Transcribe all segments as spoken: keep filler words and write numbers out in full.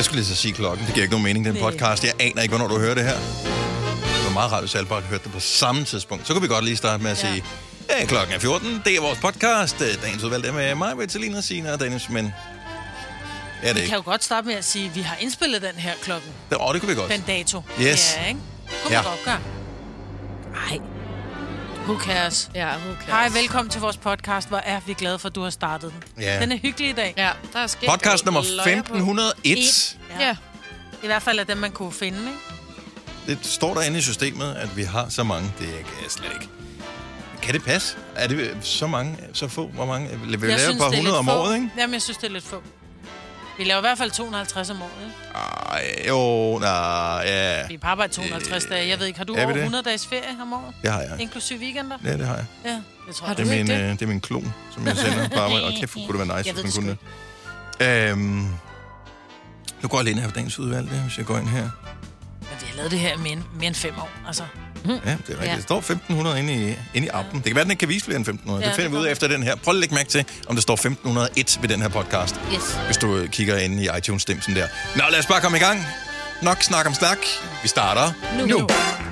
Jeg skulle lige så sige klokken. Det giver ikke nogen mening, den podcast. Jeg aner ikke, hvornår du hører det her. Det var meget rart, hvis alle bare hørte det på samme tidspunkt. Så kunne vi godt lige starte med at sige, ja, klokken er fjorten. Det er vores podcast. Dagens udvalg er med mig, Vitalina, Signe og Dennis, men... Ja, det vi ikke. kan jo godt starte med at sige, at vi har indspillet den her klokken. Det, åh, det kunne vi godt. Den dato. Yes. Ja, ikke? Kunne Ja. vi godt gøre. Nej. Who cares? Ja, who cares? Hej, velkommen til vores podcast. Hvor er vi glade for, at du har startet den. Ja. Den er hyggelig i dag. Ja, der er sket Podcast nummer løjer på. femten hundrede og et. Ja. Ja. I hvert fald er dem, man kunne finde, ikke? Det står derinde i systemet, at vi har så mange. Det er slet ikke. Kan det passe? Er det så mange, så få? Hvor mange? Vi Jeg laver synes, et par det er hundrede om lidt få. året, ikke? Jamen, jeg synes, det er lidt få. Vi laver i hvert fald to hundrede og halvtreds om året, ikke? Ej, jo, nej, ja. Vi er på arbejde to hundrede og halvtreds dage. Jeg ved ikke, har du Er vi over det? hundrede dages ferie om året? Det har jeg. Inklusive weekender? Ja, det har jeg. Ja, det tror Har jeg. Det du er, min, ikke øh, det? det er min klon, som jeg sender på arbejde. Og kæft, hvor kunne det være nice, Jeg ved hvis man det kunne det. Øhm, nu går jeg lige ind her på dagens udvalg, hvis jeg går ind her. Men vi har lavet det her mere end, mere end fem år, altså. Ja, det er rigtigt. Ja. Det står femten hundrede inde i, inde i appen. Det kan være, at den ikke kan vise flere end femten hundrede. Ja, Det finder det vi ud af efter den her. Prøv at lægge mærke til, om der står femten hundrede og et ved den her podcast. Yes. Hvis du kigger ind i iTunes-stemsen der. Nå, lad os bare komme i gang. Nok snak om snak. Vi starter nu. nu.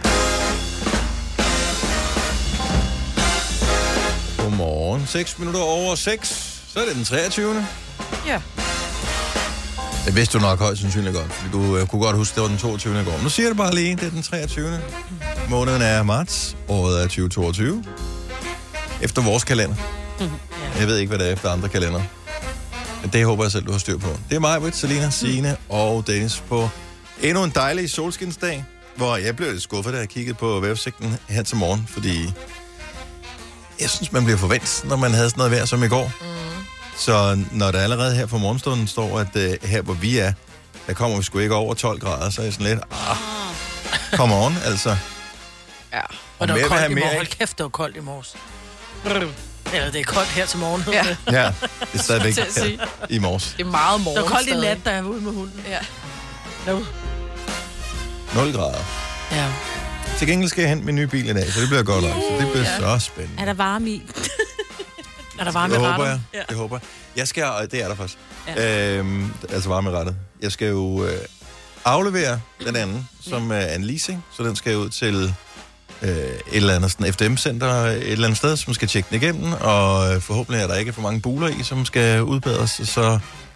Godmorgen. seks minutter over seks. Så er det den treogtyvende Ja. Det vidste du nok højst sandsynligt godt, fordi du øh, kunne godt huske, det var den toogtyvende i går. Men nu siger jeg det bare lige, det er den treogtyvende Måneden er marts. Året er tyve toogtyve Efter vores kalender. Jeg ved ikke, hvad det er efter andre kalender. Men det håber jeg selv, du har styr på. Det er mig, Britt, Selina, Signe og Dennis på endnu en dejlig solskinsdag, hvor jeg blev lidt skuffet, da jeg kiggede på vejrudsigten her til morgen, fordi jeg synes, man bliver forventet, når man havde sådan noget vejr som i går. Mm. Så når der allerede her på morgenstunden står, at uh, her hvor vi er, der kommer vi sgu ikke over tolv grader, så er jeg sådan lidt, ah, come on, altså. Ja. Og det mere vil var koldt have i mere, morgen. Hold ikke? kæft, det var koldt i morges. Eller det er koldt her til morgen. Ja. Ja, det er stadigvæk Til at sige. her i morges. Det er meget morgen Det var koldt i stadig. nat, da jeg var ude med hunden. Ja. No. nul grader. Ja. Til gengæld skal jeg hente min nye bil i dag, så det bliver godt nok. Så det bliver så spændende. Er der varme i? Er der varme i Det håber retten? jeg. Det håber jeg. Jeg skal, og det er der faktisk. Ja. Øhm, altså varme i rettet. Jeg skal jo øh, aflevere den anden, som øh, er en leasing, så den skal ud til øh, et eller andet sådan F D M-center et eller andet sted, som skal tjekke den igennem, og øh, forhåbentlig er der ikke for mange buler i, som skal udbedres, så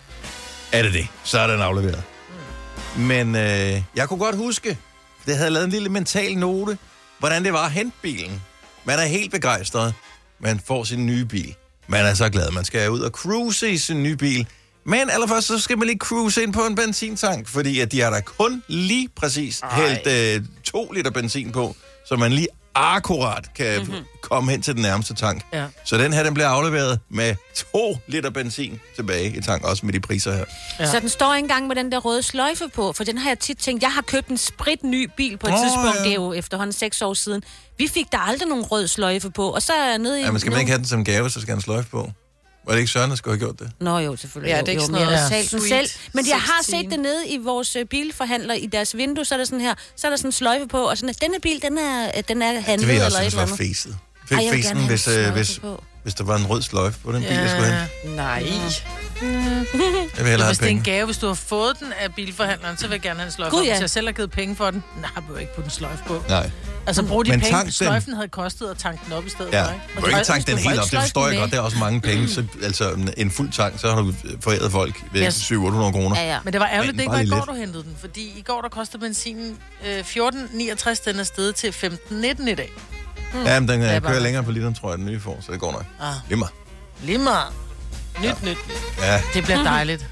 er det det. Så er den afleveret. Mm. Men øh, jeg kunne godt huske, det havde lavet en lille mental note, hvordan det var at hente bilen. Man er helt begejstret. Man får sin nye bil. Man er så glad, man skal ud og cruise i sin nye bil. Men allerførst, så skal man lige cruise ind på en benzintank, fordi at de har da kun lige præcis hældt øh, to liter benzin på, så man lige akkurat kan mm-hmm. komme hen til den nærmeste tank. Ja. Så den her, den bliver afleveret med to liter benzin tilbage i tank, også med de priser her. Ja. Så den står ikke engang med den der røde sløjfe på, for den har jeg tit tænkt, jeg har købt en spritny bil på et Åh, oh, tidspunkt, ja. det er jo efterhånden seks år siden. Vi fik der aldrig nogen rød sløjfe på, og så er jeg nede i... Ja, men skal man ikke have den som gave, så skal han sløjfe på? Var det ikke Søren, der skulle have gjort det? Nå jo, selvfølgelig. Ja, Jo, det er ikke jo, sådan men jeg noget har talt den sweet selv. Men jeg har seksten. set det nede i vores øh, bilforhandler i deres vindue, så er der sådan her, så er der sådan en sløjfe på, og sådan, at denne bil, den er, den er handlet Det vil jeg eller også et synes eller var andet. fæset. Ej, jeg vil Fæsen, gerne have hvis, en øh, sløjfe hvis, på. hvis der var en rød sløjfe på den bil, Ja. jeg skulle hen. Nej. Jeg vil hellere Hvis det have er en penge. gave, hvis du har fået den af bilforhandleren, så vil jeg gerne have en sløjfe. Gud, Gud, ja. Hvis jeg selv har givet penge for den, nej, jeg vil ikke putte en sløjfe på. Nej. Altså, brug de Men penge, tank den. sløjfen havde kostet at tanke den op i stedet Ja, for, ikke? du kan ikke tanke den du får helt ikke op, det forstår jeg sløjfen godt. Det er også mange penge. Så, altså en- en fuld tank, så har du foræret folk ved Yes. syv hundrede otte hundrede kroner. Ja, ja. Men det var ærgerligt, Men det ikke bare var i lige går, du hentede den. Fordi i går, der kostede benzinen øh, fjorten niogtres, den er steget til femten nitten i dag. Ja, men den Det er øh, bare kører godt. længere på literen, tror jeg, den nye får, så det går nok. Ah, Lige meget. lige meget. Nyt, ja. nyt. Ja. Det bliver dejligt.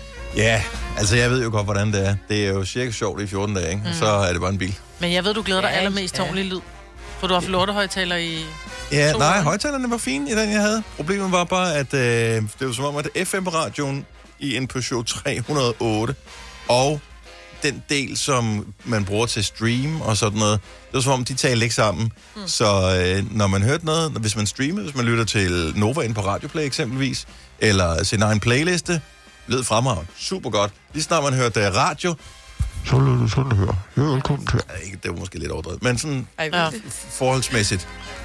ja, altså jeg ved jo godt, hvordan det er. Det er jo cirka sjovt i fjorten dage, ikke? Mm. Så er det bare en bil. Men jeg ved, du glæder dig Ja, allermest til ja. ordentlig lyd. For du har haft lortehøjtaler i... Ja, To nej, år. højtalerne var fine i den, jeg havde. Problemet var bare, at øh, det var som om, at F M-radioen i en Peugeot tre hundrede og otte og den del, som man bruger til stream og sådan noget, det var som om, de talte ikke sammen. Mm. Så øh, når man hørte noget, hvis man streamede, hvis man lytter til Nova ind på Radioplay eksempelvis, eller sin egen playliste, lød fremragende. Super godt. Lige snart man hørte uh, radio, så lød det sådan her. Ja, velkommen til. Ja, ikke, det var måske lidt overdrevet, men sådan Ej, Ja. virkelig. forholdsmæssigt.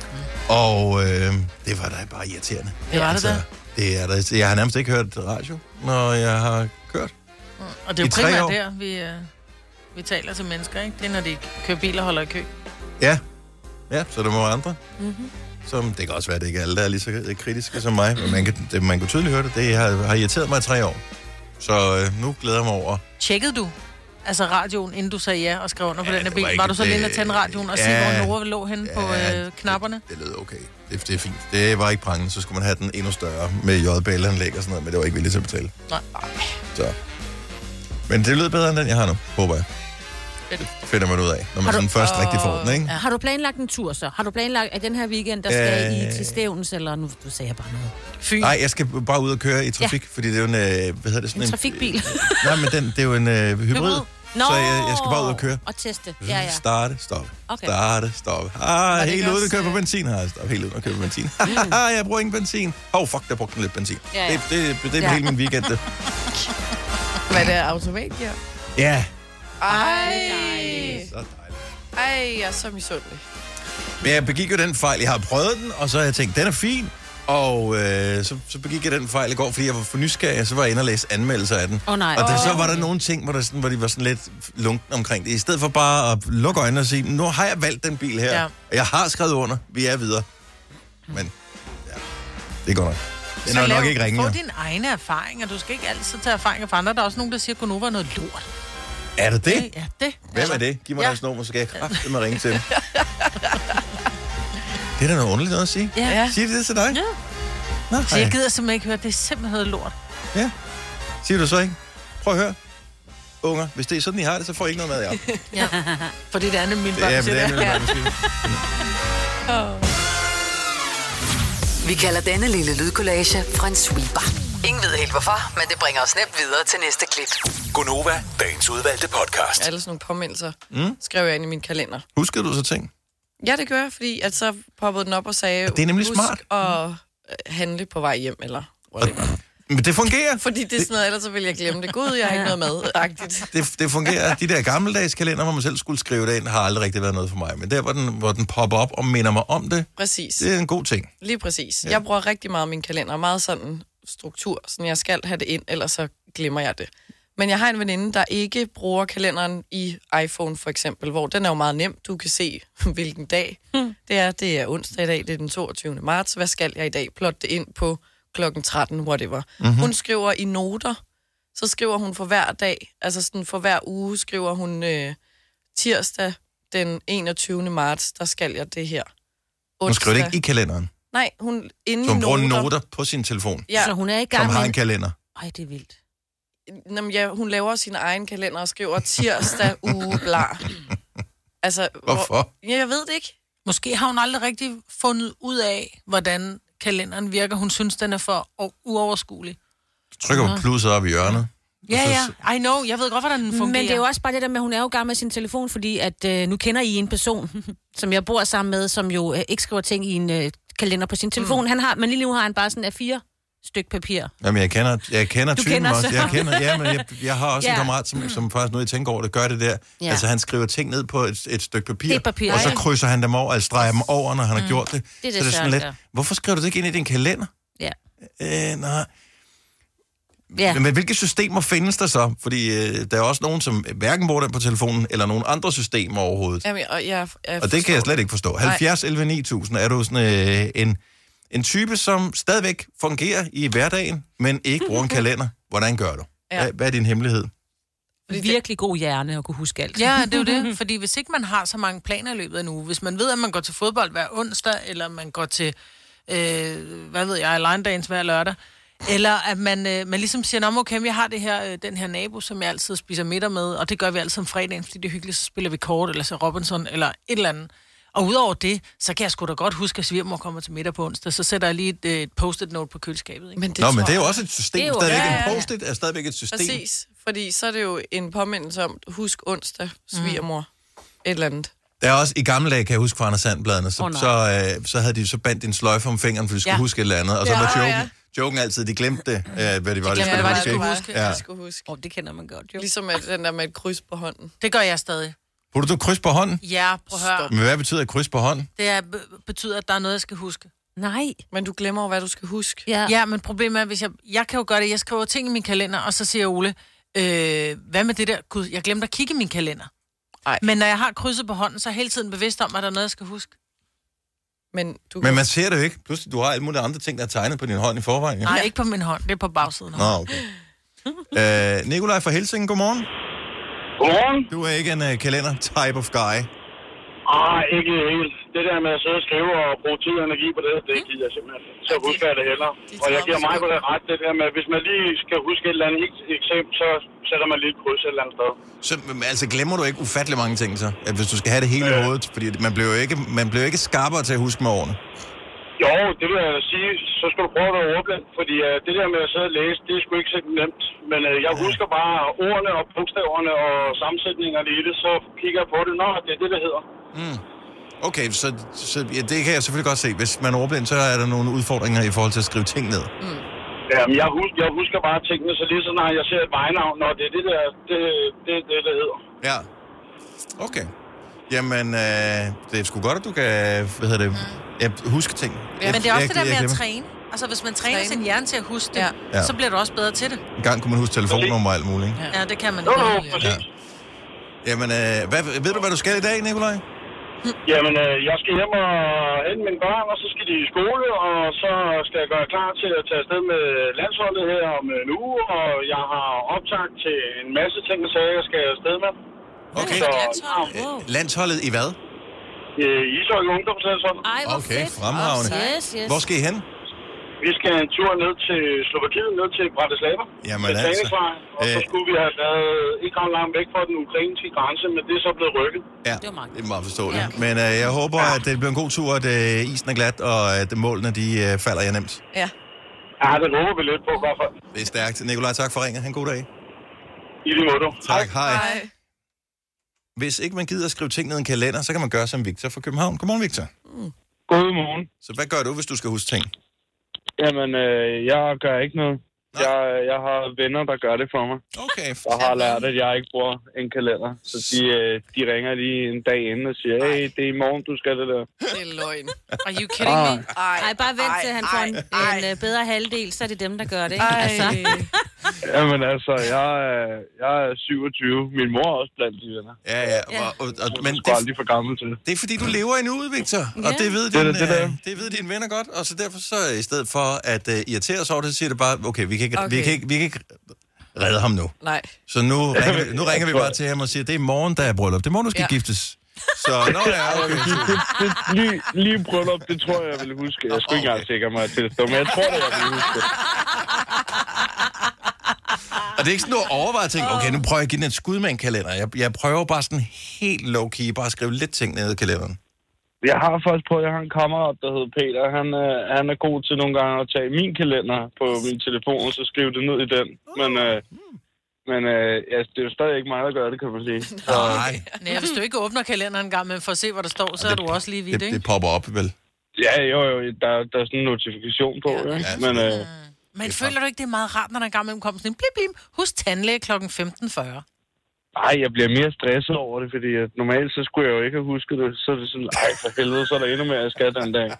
Og øh, det var da bare irriterende. Det var det da. Det er der. Jeg har nærmest ikke hørt radio, når jeg har kørt. Og det er I jo tre primært år? der, vi, øh, vi taler til mennesker, ikke? Det er, når de kører bil og holder i kø. Ja. Ja, så der må være andre. Mm-hmm. Som, det kan også være, at det ikke er alle, der er lige så kritiske som mig, men man kan, det, man kan tydeligt høre det. Det har, har irriteret mig i tre år. Så øh, nu glæder jeg mig over. Tjekkede du altså radioen, inden du sagde ja og skrev under på Ja, den her det bil? var Var, ikke var du så det- lige inde og tænde radioen og Ja. se, hvor Nora lå henne på Ja, øh, knapperne? Det, det lød okay. Det, det er fint. Det var ikke prangende, så skulle man have den endnu større med J B L-anlæg og sådan noget, men det var ikke villigt til at betale. Nej. Så. Men det lød bedre end den, jeg har nu, håber jeg. Det finder man ud af, når man du- sådan først Åh. rigtig får den, ikke? Ja. Har du planlagt en tur så? Har du planlagt, at den her weekend, der skal Øh. I til Stevns, eller nu du sagde jeg bare noget? Fyn. Nej, jeg skal bare ud og køre i trafik, ja. fordi det er jo en, øh, hvad hedder det, sådan En trafikbil. Nej, men den, det er jo en øh, hybrid, Hybrid. Nå, så jeg, jeg skal bare ud og køre. Og teste. Ja, ja. Starte, stoppe. Okay. Starte, stoppe. Ah, det helt ikke uden at også, køre på øh, benzin har jeg stoppet. Helt uden at køre på benzin. Haha, jeg bruger ingen benzin. Oh, fuck, der brugte den lidt benzin. Ja, ja. Det, det, det, det er Ja. hele min weekend, det. Hvad det er automat, ja? Ja. Ej. Så dejligt. Ej, jeg er så misundelig. Men jeg begik jo den fejl. Jeg har prøvet den, og så har jeg tænkt, den er fin. Og øh, så, så begik jeg den fejl i går, fordi jeg var for nysgerrig, så var jeg inde og læse anmeldelser af den. Åh, nej. Og der, så Åh. var der nogle ting, hvor, der sådan, hvor de var sådan lidt lunken omkring det. I stedet for bare at lukke øjnene og sige, nu har jeg valgt den bil her, Ja. og jeg har skrevet under, vi er videre. Men ja, det går nok. Den er jo lav- nok ikke ringe. Få dine egne erfaringer. Du skal ikke altid tage erfaringer fra andre. Der er også nogen, der siger, at Gonova er noget lort. Er det det? Ja, det. Hvem er det? Giv mig Ja. deres nummer, så skal jeg kraftigt med ringe til dem. Det er da noget underligt noget at sige. Ja. Ja. Siger de det til dig? Ja. Nå, Så jeg gider simpelthen ikke høre, det er simpelthen noget lort. Ja. Siger du så ikke? Prøv at høre. Unger, hvis det er sådan, I har det, så får I ikke noget mad i aften. Ja. Fordi det er nemlig mine Det børn, er, siger det er, det. det er, det er, Vi kalder denne lille lydkollage en sweeper. Ingen ved helt hvorfor, men det bringer os nemt videre til næste klip. Gonova, dagens udvalgte podcast. Alle sådan nogle påmindelser mm. skrev jeg ind i min kalender. Husker du så ting? Ja, det gør jeg, fordi at så poppede den op og sagde, det er nemlig husk smart. at øh, handle på vej hjem, eller whatever. Men det fungerer. Fordi det er sådan noget, ellers så vil jeg glemme det. Gud, jeg har ikke noget mad-agtigt. Det, det fungerer. De der gammeldags kalender, hvor man selv skulle skrive det ind, har aldrig rigtig været noget for mig. Men der, hvor den, hvor den popper op og minder mig om det, Præcis. det er en god ting. Lige præcis. Ja. Jeg bruger rigtig meget min kalender. Meget sådan struktur. Sådan, jeg skal have det ind, ellers så glemmer jeg det. Men jeg har en veninde, der ikke bruger kalenderen i iPhone for eksempel, hvor den er jo meget nem. Du kan se, hvilken dag hmm. det er. Det er onsdag i dag, det er den toogtyvende marts. Hvad skal jeg i dag? Plot det ind på klokken tretten, whatever. Mm-hmm. Hun skriver i noter, så skriver hun for hver dag, altså sådan for hver uge, skriver hun øh, tirsdag den enogtyvende marts, der skal jeg det her. Hun skriver det ikke i kalenderen. Nej, hun inde Så hun i bruger noter. noter på sin telefon, Ja, Så hun er i som gang har med... en kalender. Ej, det er vildt. Jamen, ja, hun laver sin egen kalender og skriver tirsdag, uge, bla. Altså, Hvorfor? Hvor, ja, jeg ved det ikke. Måske har hun aldrig rigtig fundet ud af, hvordan kalenderen virker. Hun synes, den er for uoverskuelig. Du trykker på plusset op i hjørnet. Ja, så- ja. I know. Jeg ved godt, hvordan den fungerer. Men det er jo også bare det der med, at hun er jo i gang med sin telefon, fordi at øh, nu kender I en person, som jeg bor sammen med, som jo øh, ikke skriver ting i en øh, kalender på sin telefon. Mm. Han har, men lige nu har han bare sådan A fire stykke papir. Jamen, jeg kender, jeg kender Du typen kender også. så. Jeg kender, ja, men jeg, jeg har også ja. en Ja. kammerat, som, som faktisk nu, jeg tænker over det, gør det der. Ja. Altså, han skriver ting ned på et, et stykke papir, Et papir, og så ja. krydser han dem over, eller streger dem over, når han har gjort det. Det er det så det er sådan Søren lidt, gør. hvorfor skriver du det ikke ind i din kalender? Ja. Øh, nej. Ja. Men hvilke systemer findes der så? Fordi øh, der er også nogen, som hverken bruger den på telefonen, eller nogen andre systemer overhovedet. Jamen, og, jeg, jeg Og det kan jeg slet ikke forstå. halvfjerds elleve ni tusind, er du sådan øh, en, en type, som stadigvæk fungerer i hverdagen, men ikke bruger en kalender. Hvordan gør du? Ja. Hvad, hvad er din hemmelighed? Virkelig god hjerne at kunne huske alt. Ja, det er jo det. Fordi hvis ikke man har så mange planer i løbet af en uge, hvis man ved, at man går til fodbold hver onsdag, eller man går til, øh, hvad ved jeg, line dance hver lørdag, eller at man, øh, man ligesom siger, nå, okay, jeg har det her, øh, den her nabo, som jeg altid spiser middag med, og det gør vi altid om fredagen, fordi det er hyggeligt, så spiller vi kort, eller så Robinson, eller et eller andet. Og udover det, så kan jeg sgu da godt huske, at svigermor kommer til middag på onsdag, så sætter jeg lige et, et post-it note på køleskabet. Ikke? Men det Nå, men tror det er jo jeg- også et system. Det er jo- Stadigvæk Ja, ja, en ja. post-it er stadigvæk et system. Præcis, fordi så er det jo en påmindelse om, husk onsdag, svigermor, mm. et eller andet. Der er også, i gamle dage, kan jeg huske fra Anders Sandbladene, så, Åh, oh, nej. så, øh, så havde de så bandt en sløjfe om fingeren, for de skulle Ja. huske et eller andet. Og så Ja, var joken, ja. joken altid, de glemte det, øh, hvad de var, de glemte, skulle hvad de huske. skulle huske. huske. Ja. Ja. skulle huske. Åh, oh, det kender man godt, jo. Ligesom at den der med et kryds på hånden. Det gør jeg stadig. Putter du kryds på hånden? Ja, prøv at høre. Stop. Men hvad betyder kryds på hånden? Det er, be- betyder, at der er noget, jeg skal huske. Nej. Men du glemmer jo, hvad du skal huske. Ja. Ja, men problemet er, hvis jeg... Jeg kan jo gøre det, jeg skriver ting i min kalender, og så siger Ole, Øh, hvad med det der? Gud, jeg glemte at kigge i min kalender. Ej. Men når jeg har krydset på hånden, så er jeg hele tiden bevidst om, at der er noget, jeg skal huske. Men, du Men man ser det jo ikke. Pludselig, du har alle mulige andre ting, der er tegnet på din hånd i forvejen. Ja? Nej, ikke på min hånd. Det er på bagsiden. Nå, okay. øh, Nikolaj fra Helsing, godmorgen. Godmorgen. Du er ikke en uh, kalender-type of guy. Ah, ikke helt. Det der med at sidde og skrive og bruge tid og energi på det, det gider jeg simpelthen. Så husker jeg det heller. Og jeg giver mig på det ret, det der med, hvis man lige skal huske et eller andet eksempel, så sætter man lige et kryds et eller andet sted. Så altså glemmer du ikke ufattelig mange ting så? At hvis du skal have det hele i hovedet, fordi man bliver jo ikke, man bliver jo ikke skarpere til at huske med årene. Jo, det vil jeg sige, så skal du prøve at være ordblind, fordi uh, det der med at sidde og læse, det er sgu ikke så nemt. Men uh, jeg husker bare ordene og bogstaverne og sammensætningerne i det, så kigger jeg på det. Nå, det er det, det hedder. Mm. Okay, så, så ja, det kan jeg selvfølgelig godt se. Hvis man er ordblind, så er der nogle udfordringer i forhold til at skrive ting ned. Mm. Jamen, jeg husker, jeg husker bare tingene, så lige så når jeg ser et vejnavn, når det er det der, det er det, det, det hedder. Ja. Okay. Jamen, øh, det er sgu godt, at du kan, hvad hedder det, ja, huske ting. Ja, men det er også det der med at træne. Altså, hvis man træner sin hjerne til at huske det, ja. så bliver du også bedre til det. En gang kunne man huske telefonnummer og alt muligt. Ja, ja det kan man. Jo, jo, præcis. Ja. Jamen, øh, hvad, ved du, hvad du skal i dag, Nikolaj? Jamen, øh, jeg skal hjem og hente mine børn, og så skal de i skole, og så skal jeg gøre klar til at tage afsted med landsholdet her om en uge, og jeg har optagt til en masse ting, så jeg skal afsted med. Okay. Så, landsholdet? Wow. Landsholdet i hvad? I Ishockey Ungdomslandsholdet. Ej, hvor okay, fedt. fremragende. Yes, yes. Hvor skal I hen? Vi skal en tur ned til Slovakiet, ned til Bratislava. Jamen altså. Og så skulle vi have været ikke ret langt væk fra den ukrainske grænse, men det er så blevet rykket. Ja, det er meget, det er meget forståeligt. Ja. Men øh, jeg håber, ja. at det bliver en god tur, at øh, isen er glat, og at målene de, øh, falder jer nemt. Ja. Ja, det håber vi lidt på i hvert fald. Det er stærkt. Nikolaj, tak for ringet. Ha' en god dag. I lige måde. Tak, hej. hej. Hvis ikke man gider at skrive ting ned i en kalender, så kan man gøre som Victor fra København. Godmorgen, Victor. Mm. Godmorgen. Så hvad gør du, hvis du skal huske ting? Jamen, øh, jeg gør ikke noget. Jeg, jeg har venner, der gør det for mig. Okay. Og har lært, at jeg ikke bruger en kalender. Så de, de ringer lige en dag inden og siger, hey, det er i morgen, du skal det der. Det er løgn. Are you kidding me? Ej, ej bare vent til, han får en, en uh, bedre halvdel, så er det dem, der gør det, ikke? Ej. Altså. Jamen altså, jeg er, jeg er syvogtyve. Min mor er også blandt de venner. Ja, ja. Og, og, og, men det er aldrig for gammel til. Det er fordi, du lever endnu, Victor. Og Ja. det ved, Det er din, det, det er. øh, det ved dine venner godt. Og så derfor så i stedet for at uh, irritere os over det, så siger det bare, okay, vi kan ikke, okay. Vi kan ikke, vi kan ikke redde ham nu. Nej. Så nu ringer, vi, nu ringer vi bare til ham og siger, det er i morgen, der er bryllup. Det er morgen, du skal ja. giftes. Så nå ja, okay. det, det, lige, lige bryllup, det tror jeg, jeg vil huske. Jeg skulle ikke engang sikre mig til det stå, men jeg tror det, jeg vil huske. Og det er ikke sådan, du overvejer ting. Okay, nu prøver jeg at give den et skud med en kalender. Jeg, jeg prøver bare sådan helt low-key, bare at skrive lidt ting ned i kalenderen. Jeg har faktisk prøvet, jeg har en kammerat, der hedder Peter. Han, øh, han er god til nogle gange at tage min kalender på min telefon, og så skrive det ned i den. Men, øh, men øh, ja, det er jo stadig ikke mig, der gør det, kan man sige. Nej. Nej, hvis du ikke åbner kalenderen en gang, men for at se, hvad der står, så er du også lige vidt, Det, ikke? det popper op, vel? Ja, jo, jo, der, der er sådan en notifikation på, ja. Ikke? Men, øh, Men føler du ikke, det er meget rart, når der en gang imellem kommer sådan en blip, blip, husk tandlæge klokken femten fyrre? ej, jeg bliver mere stresset over det, fordi at normalt så skulle jeg jo ikke have husket det. Så er det sådan, ej for helvede, så er der endnu mere, jeg skal den dag.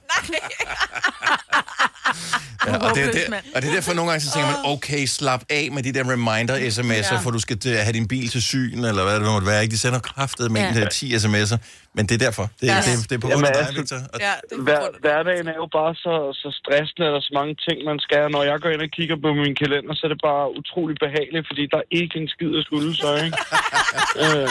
Ja, og, det er der, og det er derfor nogle gange, så tænker man, okay, slap af med de der reminder-sms'er, ja. for du skal have din bil til syn, eller hvad det måtte være. Ikke? De sender kraftet med ja. ti sms'er, men det er derfor. Det, ja. det, det, det er på grund af dig, Victor. Og Ja, det er Hver, hverdagen er jo bare så, så stressende, og der er så mange ting, man skal. Når jeg går ind og kigger på min kalender, så er det bare utrolig behageligt, fordi der er ikke en skid at skulle, så ikke? øh.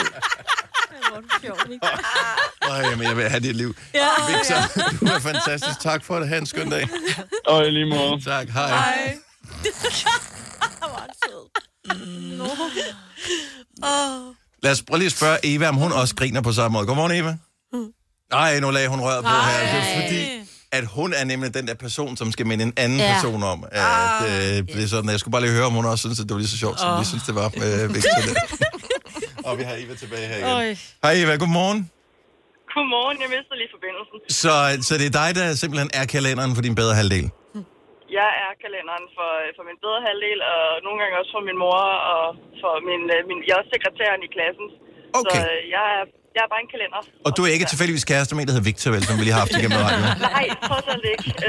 Ej, jamen, jeg vil have dit liv. Ja, Victor, ja. Du er fantastisk. Tak for det. Ha' en skøn dag. Og i lige måde. Tak, hej. Hej. Lad os prøve lige at spørge Eva, om hun også griner på samme måde. Godmorgen, Eva. Nej, nu lagde hun røret på her. Det er fordi, at hun er nemlig den der person, som skal minde en anden ja. person om. At, øh, det er sådan, jeg skulle bare lige høre, om hun også synes, at det var lige så sjovt, som oh. vi synes, det var med øh, Victor. Og vi har Eva tilbage her igen. Øj. Hej Eva, godmorgen. Godmorgen, jeg mistede lige forbindelsen. Så, så det er dig, der simpelthen er kalenderen for din bedre halvdel? Jeg er kalenderen for, for min bedre halvdel, og nogle gange også for min mor, og for min, min jeg er også sekretæren i klassen. Okay. Så jeg er, jeg er bare en kalender. Og du er ikke tilfældigvis kæreste med en, der hedder Victor, vel, som vi lige har haft igennem radioen? Nej, trods alt ikke. Øh,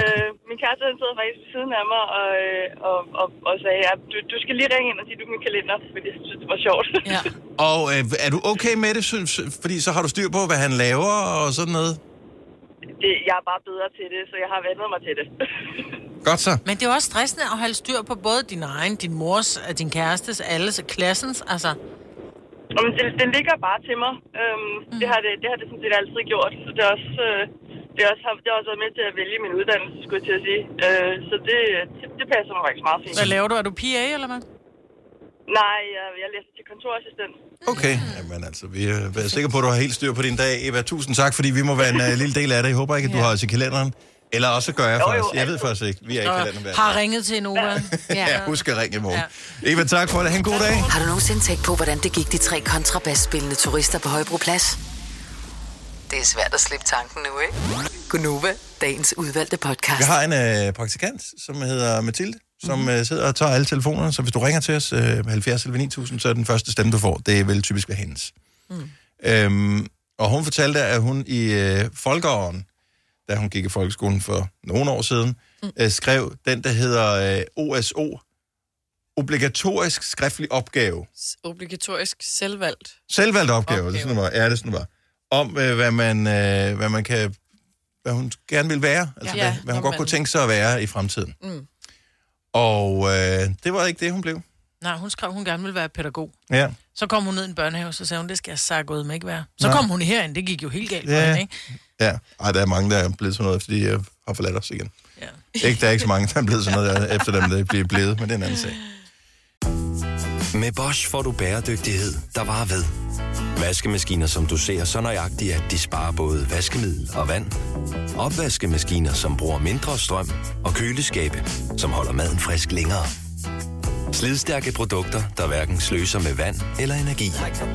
min kæreste han sidder faktisk ved siden af mig og, og, og, og sagde, at du, du skal lige ringe ind og sige, du er min kalender, fordi jeg synes, det var sjovt. Ja. Og øh, er du okay med det, synes, fordi så har du styr på, hvad han laver og sådan noget? Det, jeg er bare bedre til det, så jeg har vendet mig til det. Godt så. Men det er jo også stressende at holde styr på både din egen, din mors, din kærestes, alles, klassens, altså... Jamen, det, det ligger bare til mig. Øhm, mm. det, har det, det har det sådan set altid gjort. Så det er også, øh, det er også, det har også været med til at vælge min uddannelse, skulle jeg til at sige. Øh, så det, det, det passer mig faktisk meget fint. Hvad laver du? Er du P A, eller hvad? Nej, jeg, jeg læser til kontorassistent. Okay, jamen altså, vi er, er sikre på, at du har helt styr på din dag. Eva, tusind tak, fordi vi må være en uh, lille del af det. Jeg håber ikke, at du ja. har os i kalenderen. Eller også gør jeg jo, faktisk. Jo, jeg ved faktisk ikke. Vi er i kalenderen. Har ringet til Nova. Ja, ja husk at ringe i morgen. Ja. Eva, tak for det. Ha' en god dag. Har du nogensinde tænkt på, hvordan det gik de tre kontrabasspillende turister på Højbroplads? Det er svært at slippe tanken nu, ikke? Gunova, dagens udvalgte podcast. Vi har en øh, praktikant, som hedder Mathilde, som mm-hmm. øh, sidder og tager alle telefonerne. Så hvis du ringer til os, øh, halvfjerds eller ni tusind, så er den første stemme, du får. Det vil typisk være hendes. Mm. Øhm, og hun fortalte, at hun i øh, Folkeåren, da hun gik i folkeskolen for nogle år siden, mm. øh, skrev den, der hedder øh, O S O, obligatorisk skriftlig opgave. Obligatorisk selvvalgt. Selvvalgt opgave, opgave. Det sådan, det var. Ja, det sådan, det var. Om, øh, hvad, man, øh, hvad man kan, hvad hun gerne vil være. Altså, ja, hvad, hvad hun godt man... kunne tænke sig at være i fremtiden. Mm. Og øh, det var ikke det, hun blev. Nej, hun skrev, hun gerne ville være pædagog. Ja. Så kom hun ned i en børnehave, så sagde hun, det skal jeg sagt ud med ikke være. Så Nej. kom hun herind, det gik jo helt galt for ja. hende, ikke? Ja, ej, der er mange, der er blevet sådan noget, fordi jeg har forladt os igen. Ja. Ikke, der er ikke så mange, der er blevet sådan noget, efter dem, der bliver blevet, men det er en anden sag. Med Bosch får du bæredygtighed, der varer ved. Vaskemaskiner, som du ser så nøjagtigt, at de sparer både vaskemiddel og vand. Opvaskemaskiner, som bruger mindre strøm. Og køleskabe, som holder maden frisk længere. Slidstærke produkter, der hverken sløser med vand eller energi.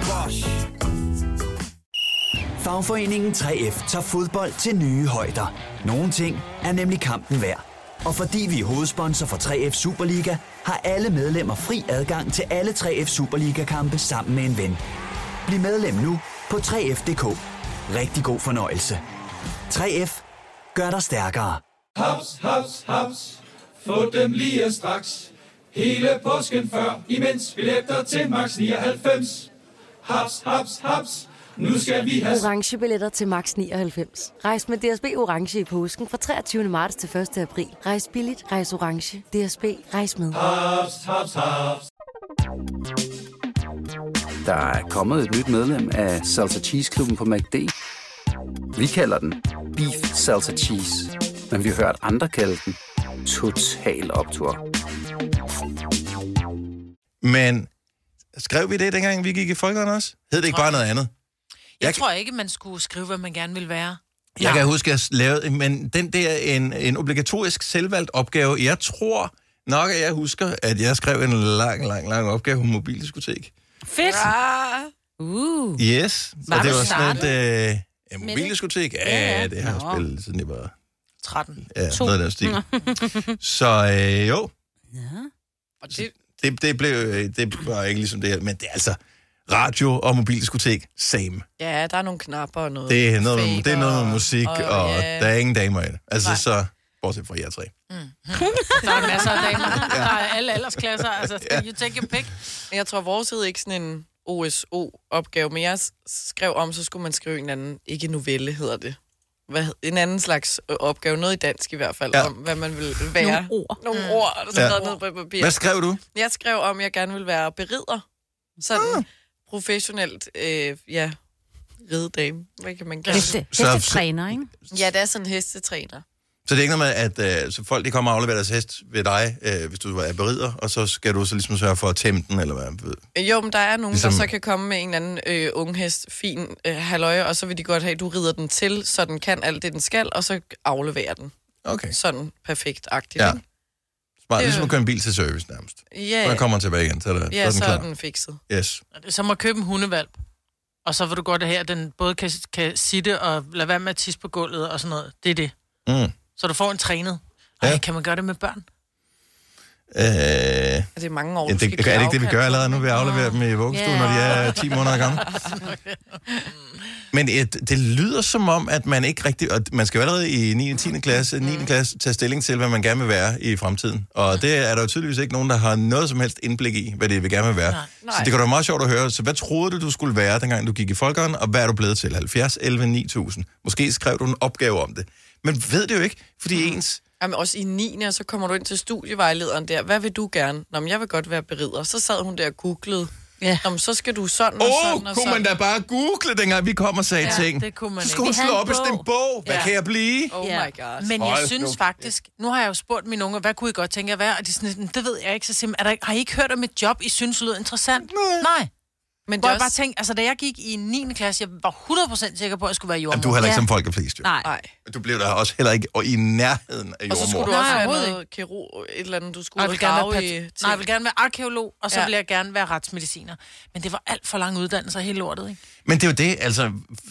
Fagforeningen tre F tager fodbold til nye højder. Nogle ting er nemlig kampen værd. Og fordi vi er hovedsponsor for tre F Superliga, har alle medlemmer fri adgang til alle tre F Superliga-kampe sammen med en ven. Bliv medlem nu på tre F punktum d k. Rigtig god fornøjelse. tre F gør dig stærkere. Haps, haps, haps. Få dem lige straks. Hele påsken før, imens billetter til max nioghalvfems. Haps, haps, haps. Nu skal vi have orange billetter til max nioghalvfems. Rejs med D S B orange i påsken fra treogtyvende marts til første april. Rejs billigt, rejs orange. D S B, rejs med. Haps, haps, haps. Der er kommet et nyt medlem af Salsa Cheese Klubben på McD. Vi kalder den Beef Salsa Cheese, men vi har hørt andre kalde den Total Optur. Men skrev vi det, dengang vi gik i folkeren også? Hed det ikke bare noget andet? Jeg, jeg tror ikke, man skulle skrive, hvad man gerne vil være. Jeg ja. kan huske, at jeg lavede, men den der en, en obligatorisk selvvalgt opgave, jeg tror nok, at jeg husker, at jeg skrev en lang, lang, lang opgave om mobildiskotek. Fedt! Uh. Yes. Var og det du var sådan startet? et øh, ja, mobildiskotek. Ja, ja, det har jeg spillet, siden jeg var tretten. Ja, to. Noget af den stil. Så øh, jo. Ja. Og det... Det, det, blev, det var ikke ligesom det her, men det er altså radio og mobildiskotek, same. Ja, der er nogle knapper og noget. Det er noget, det er noget med musik, og, og ja. der er ingen damer i det. Altså Nej. så, bortset fra jer tre. Mm. Der er masser af damer. Ja. Der er alle aldersklasser. Altså, ja. You take your pick. Jeg tror, vores hed ikke sådan en O S O-opgave, men jeg skrev om, så skulle man skrive en anden, ikke novelle hedder det. Hvad, en anden slags opgave, noget i dansk i hvert fald, ja. Om hvad man vil være. Nogle ord. Nogle mm. ord, der skrev ja. Ned på papir. Hvad skrev du? Jeg skrev om, at jeg gerne vil være berider. Sådan ah. professionelt, øh, ja, ridedame. Hvad kan man kalde det? Hestetræner, ikke? Ja, det er sådan en hestetræner. Så det er ikke noget med, at øh, så folk de kommer og afleverer deres hest ved dig, øh, hvis du er berider, og så skal du så ligesom sørge for at tæmme den, eller hvad? Jo, men der er nogen, ligesom... der så kan komme med en eller anden øh, ung hest, fin øh, halvøje, og så vil de godt have, at du rider den til, så den kan alt det, den skal, og så afleverer den. Okay. Sådan perfekt-agtigt, ja. Ikke? Smart, det... ligesom at køre en bil til service nærmest. Ja. Og den kommer tilbage igen, så er, der, ja, så er den så klar. er den fikset. Yes. Det er som at købe en hundevalp. Og så vil du godt have, at den både kan, kan sitte og lade være med at tisse på gulvet og sådan noget. Det er det. Mm. Så du får en trænet. Ej, ja. Kan man gøre det med børn? Øh, det er mange år, ja, det, er det ikke det, vi gør allerede nu? Vi afleverer dem i vuggestuen, yeah. når de er ti måneder gamle. Men det, det lyder som om, at man ikke rigtig... Og man skal jo allerede i niende og tiende klasse, niende klasse tage stilling til, hvad man gerne vil være i fremtiden. Og det er der jo tydeligvis ikke nogen, der har noget som helst indblik i, hvad det vil gerne vil være. Nej. Så det kan da være meget sjovt at høre. Så hvad troede du, du skulle være, dengang du gik i folkeren, og hvad er du blevet til? halvfjerds elleve ni tusind. Måske skrev du en opgave om det. Men ved det jo ikke, fordi mm. ens... Jamen også i niende og så kommer du ind til studievejlederen der. Hvad vil du gerne? Nå, men jeg vil godt være berider. Så sad hun der og googlede. Ja. Nå, men så skal du sådan og oh, sådan og sådan. Åh, kunne man da bare google, dengang vi kom og sagde ja, ting. det kunne man så skulle hun slå op i sådan en bog. Hvad ja. kan jeg blive? Oh ja. my god. Men jeg synes faktisk, nu har jeg jo spurgt mine unge, hvad kunne I godt tænke at være? Og de sådan, det ved jeg ikke. Så siger, er der, har I ikke hørt om et job, I synes lød interessant? Nej. Nej. Men det Hvor jeg også... bare tænkte, altså da jeg gik i niende klasse, jeg var hundrede procent sikker på, at jeg skulle være jordmor. Jamen, du er heller ikke ja. som folk er flest, jo. Nej. Du blev der også heller ikke i nærheden af jordmor. Og så skulle du også have noget kirurg, et eller andet, du skulle have grave i... Nej, jeg vil gerne være arkeolog, og så ja. vil jeg gerne være retsmediciner. Men det var alt for lange uddannelser, hele lortet, ikke? Men det er jo det, altså...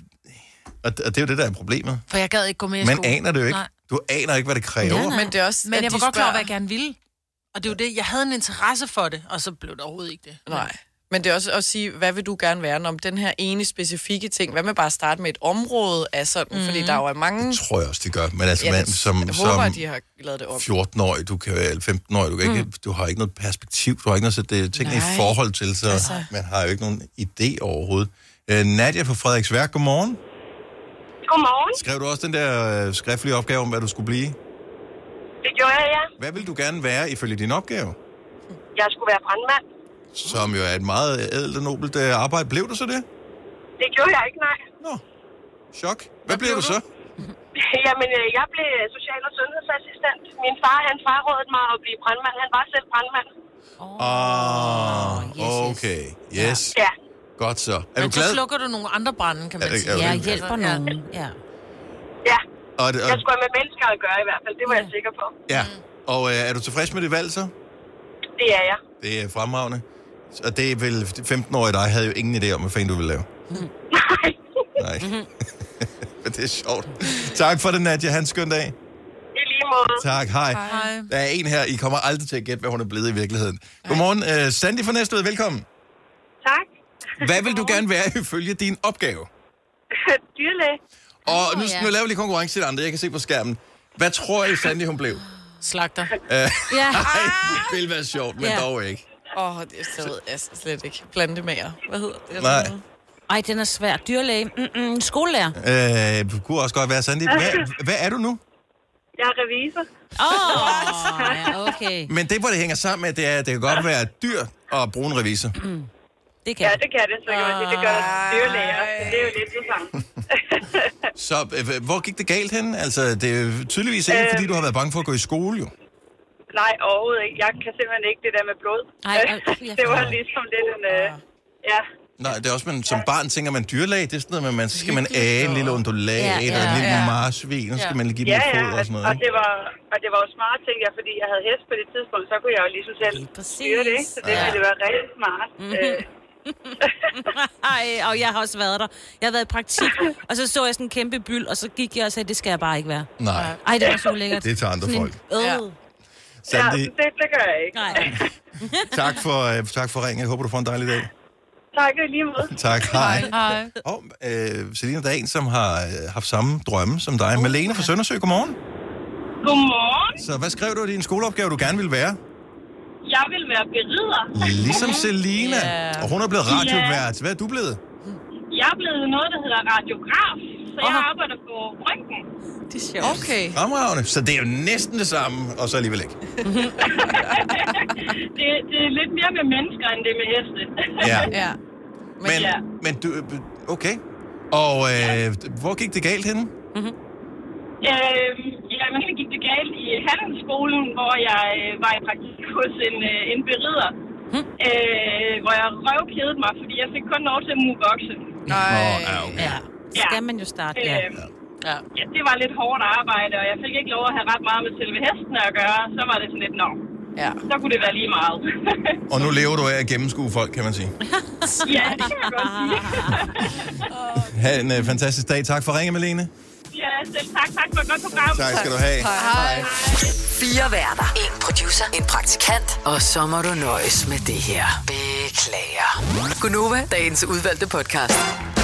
Og det er jo det, der er problemet. For jeg gad ikke gå med i Man skole. aner det jo ikke. Nej. Du aner ikke, hvad det kræver. Ja, men det er også, men jeg var godt klar over, hvad jeg gerne ville. Og det er jo det, jeg havde en interesse for det, og så blev det overhovedet ikke det. Nej. Men det er også at sige, hvad vil du gerne være, om den her ene specifikke ting, hvad med bare at starte med et område af sådan, mm. fordi der jo er mange... Det tror jeg også, de gør, men altså, ja, man, som, jeg håber, som de har lavet det op. fjorten-årig, du kan være femten-årig, du, kan ikke, mm. du har ikke noget perspektiv, du har ikke noget at sætte tingene i forhold til, så altså. man har jo ikke nogen idé overhovedet. Uh, Nadia fra Frederiksværk, godmorgen. Godmorgen. Skrev du også den der uh, skriftlige opgave om, hvad du skulle blive? Det gjorde jeg, ja. Hvad vil du gerne være ifølge din opgave? Jeg skulle være brandmand. Som jo er et meget ædelt og nobelt uh, arbejde. Blev du så det? Det gjorde jeg ikke, nej. Nå, chok. Hvad, Hvad blev du, du så? Jamen, jeg blev social- og sundhedsassistent. Min far, han frarådede mig at blive brandmand. Han var selv brandmand. Åh, oh, oh, okay. Yes. Ja. Godt så. Er Men du glad? så slukker du nogle andre brænde, kan man er, sige. er, er, ja, hjælper ja. nogen. Ja. Ja. Og det, og... Jeg skulle have med mennesker at gøre i hvert fald. Det var ja. jeg sikker på. Ja. Og øh, er du tilfreds med det valg så? Det er jeg. Det er fremragende. Og det er vel femten-årige dig havde jo ingen idé om, hvad fanden du ville lave. Nej. Nej. Men det er sjovt. Tak for det, Nadia. Ha' en skøn dag. I lige måde. Tak. Hej. Hej. Der er en her. I kommer aldrig til at gætte, hvad hun er blevet i virkeligheden. Godmorgen. Uh, Sandy fra Næstved. Velkommen. Tak. Hvad vil du gerne være ifølge din opgave? Dyrlæge. Og nu, nu laver vi lige konkurrence til andre. Jeg kan se på skærmen. Hvad tror I, Sandy, hun blev? Slagter. Uh, ja. Nej, det ville være sjovt, men ja. dog ikke. Åh, oh, det ved jeg slet ikke. Plantemager. Hvad hedder det? Nej. Ej, den er svær. Dyrlæge. Mm-mm, skolelærer. Øh, du kunne også godt være Sandy. Hvad, hvad er du nu? Jeg er revisor. Åh, oh, ja, okay. Men det, hvor det hænger sammen med, det er, at det kan godt være dyr at bruge en revisor. Mm. Det kan ja, det kan det. Så kan man sige, det gør dyrlæger. Det er jo lidt det samme. Så øh, hvor gik det galt hen? Altså, det er jo tydeligvis ikke, øh, fordi du har været bange for at gå i skole, jo. Nej, overhovedet ikke. Jeg kan simpelthen ikke det der med blod. Ej, øh, det var ligesom lidt en... Øh, ja. Nej, det er også, man som barn tænker man dyrlæg. Det er sådan noget, man, så skal man æge en lille undulat, ja, ja, og en lille ja. marsvin, og så skal man lige give dem ja, et fod ja, og sådan noget. Og det var, og det var jo smart, tænkte jeg, fordi jeg havde hest på det tidspunkt, så kunne jeg jo ligesom selv styre det, så det ja. ville være rigtig smart. Mm-hmm. Øh. Ej, og jeg har også været der. Jeg har været i praktik, og så så jeg sådan en kæmpe byld, og så gik jeg og sagde, det skal jeg bare ikke være. Nej. Ej, det var så lækkert. Det tager andre sådan folk. En, øh. Ja, Sandy, det, det gør jeg ikke. Nej. tak for, uh, tak for ringen. Jeg håber, du får en dejlig dag. Tak, i lige måde. Tak, hej. Hej. Og øh, Selina, der er en, som har øh, haft samme drømme som dig. Oh, Malene fra Søndersø, godmorgen. Godmorgen. Så hvad skrev du i din skoleopgave, du gerne ville være? Jeg vil være berider. Ligesom Selina. Yeah. Og hun er blevet radiovært. Hvad er du blevet? Jeg er blevet noget, der hedder radiograf. Så jeg oh. arbejder på røntgen. Det er sjovt. Okay. Fremragende. Så det er jo næsten det samme, og så alligevel ikke. det, det er lidt mere med mennesker, end det med heste. Ja. ja. Men, men, ja. men du... Okay. Og øh, hvor gik det galt henne? Mm-hmm. Øh, jamen, det gik det galt i handelsskolen, hvor jeg øh, var i praktik hos en, øh, en berider. Hmm. Øh, hvor jeg røvkedede mig, fordi jeg fik kun lov til at mugokse. Nej. Oh, ja, okay. Ja. Så skal man jo starte, ja. Øh, ja. Ja, det var lidt hårdt arbejde, og jeg fik ikke lov at have ret meget med selve hesten at gøre. Så var det sådan lidt, nå, ja. Så kunne det være lige meget. Og nu lever du af at gennemskue folk, kan man sige. Ja, det kan man godt sige. Ha' en uh, fantastisk dag. Tak for ringen, Malene. Ja, selv tak. Tak for et godt program. Tak skal du have. Hej. Fire værter. En producer. En praktikant. Og så må du nøjes med det her. Beklager. Gunova, dagens udvalgte podcast.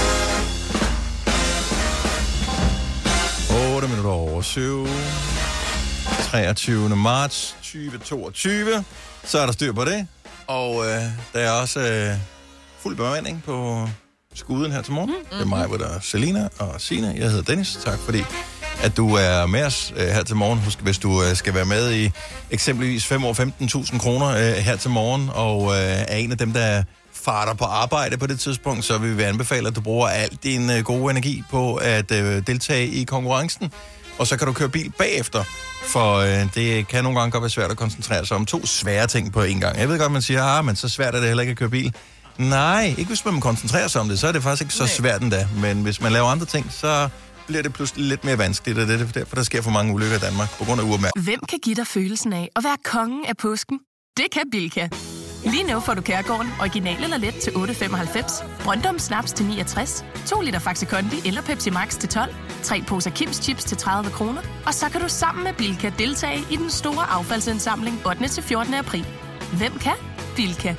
otte minutter over syv. treogtyvende marts tyve toogtyve. Så er der styr på det. Og øh, der er også øh, fuld bemanding på skuden her til morgen. Mm-hmm. Det er mig, hvor der er Selina og Signe. Jeg hedder Dennis. Tak fordi, at du er med os øh, her til morgen. Husk, hvis du øh, skal være med i eksempelvis fem år femten tusind kroner øh, her til morgen, og øh, er en af dem, der farter på arbejde på det tidspunkt, så vil vi anbefale, at du bruger al din øh, gode energi på at øh, deltage i konkurrencen. Og så kan du køre bil bagefter, for øh, det kan nogle gange godt være svært at koncentrere sig om to svære ting på en gang. Jeg ved godt, man siger, ah, men så svært er det heller ikke at køre bil. Nej, ikke hvis man koncentrerer sig om det, så er det faktisk ikke så svært endda. Men hvis man laver andre ting, så bliver det pludselig lidt mere vanskeligt, og det er derfor, der sker for mange ulykker i Danmark, på grund af uopmærksomhed. Hvem kan give dig følelsen af at være kongen af påsken? Det kan Bilka. Lige nu får du Kærgården original eller let til otte femoghalvfems, Brøndum Snaps til niogtres, to liter Faxi Kondi eller Pepsi Max til tolv, tre poser Kims Chips til tredive kroner, og så kan du sammen med Bilka deltage i den store affaldsindsamling ottende til fjortende april. Hvem kan? Bilka.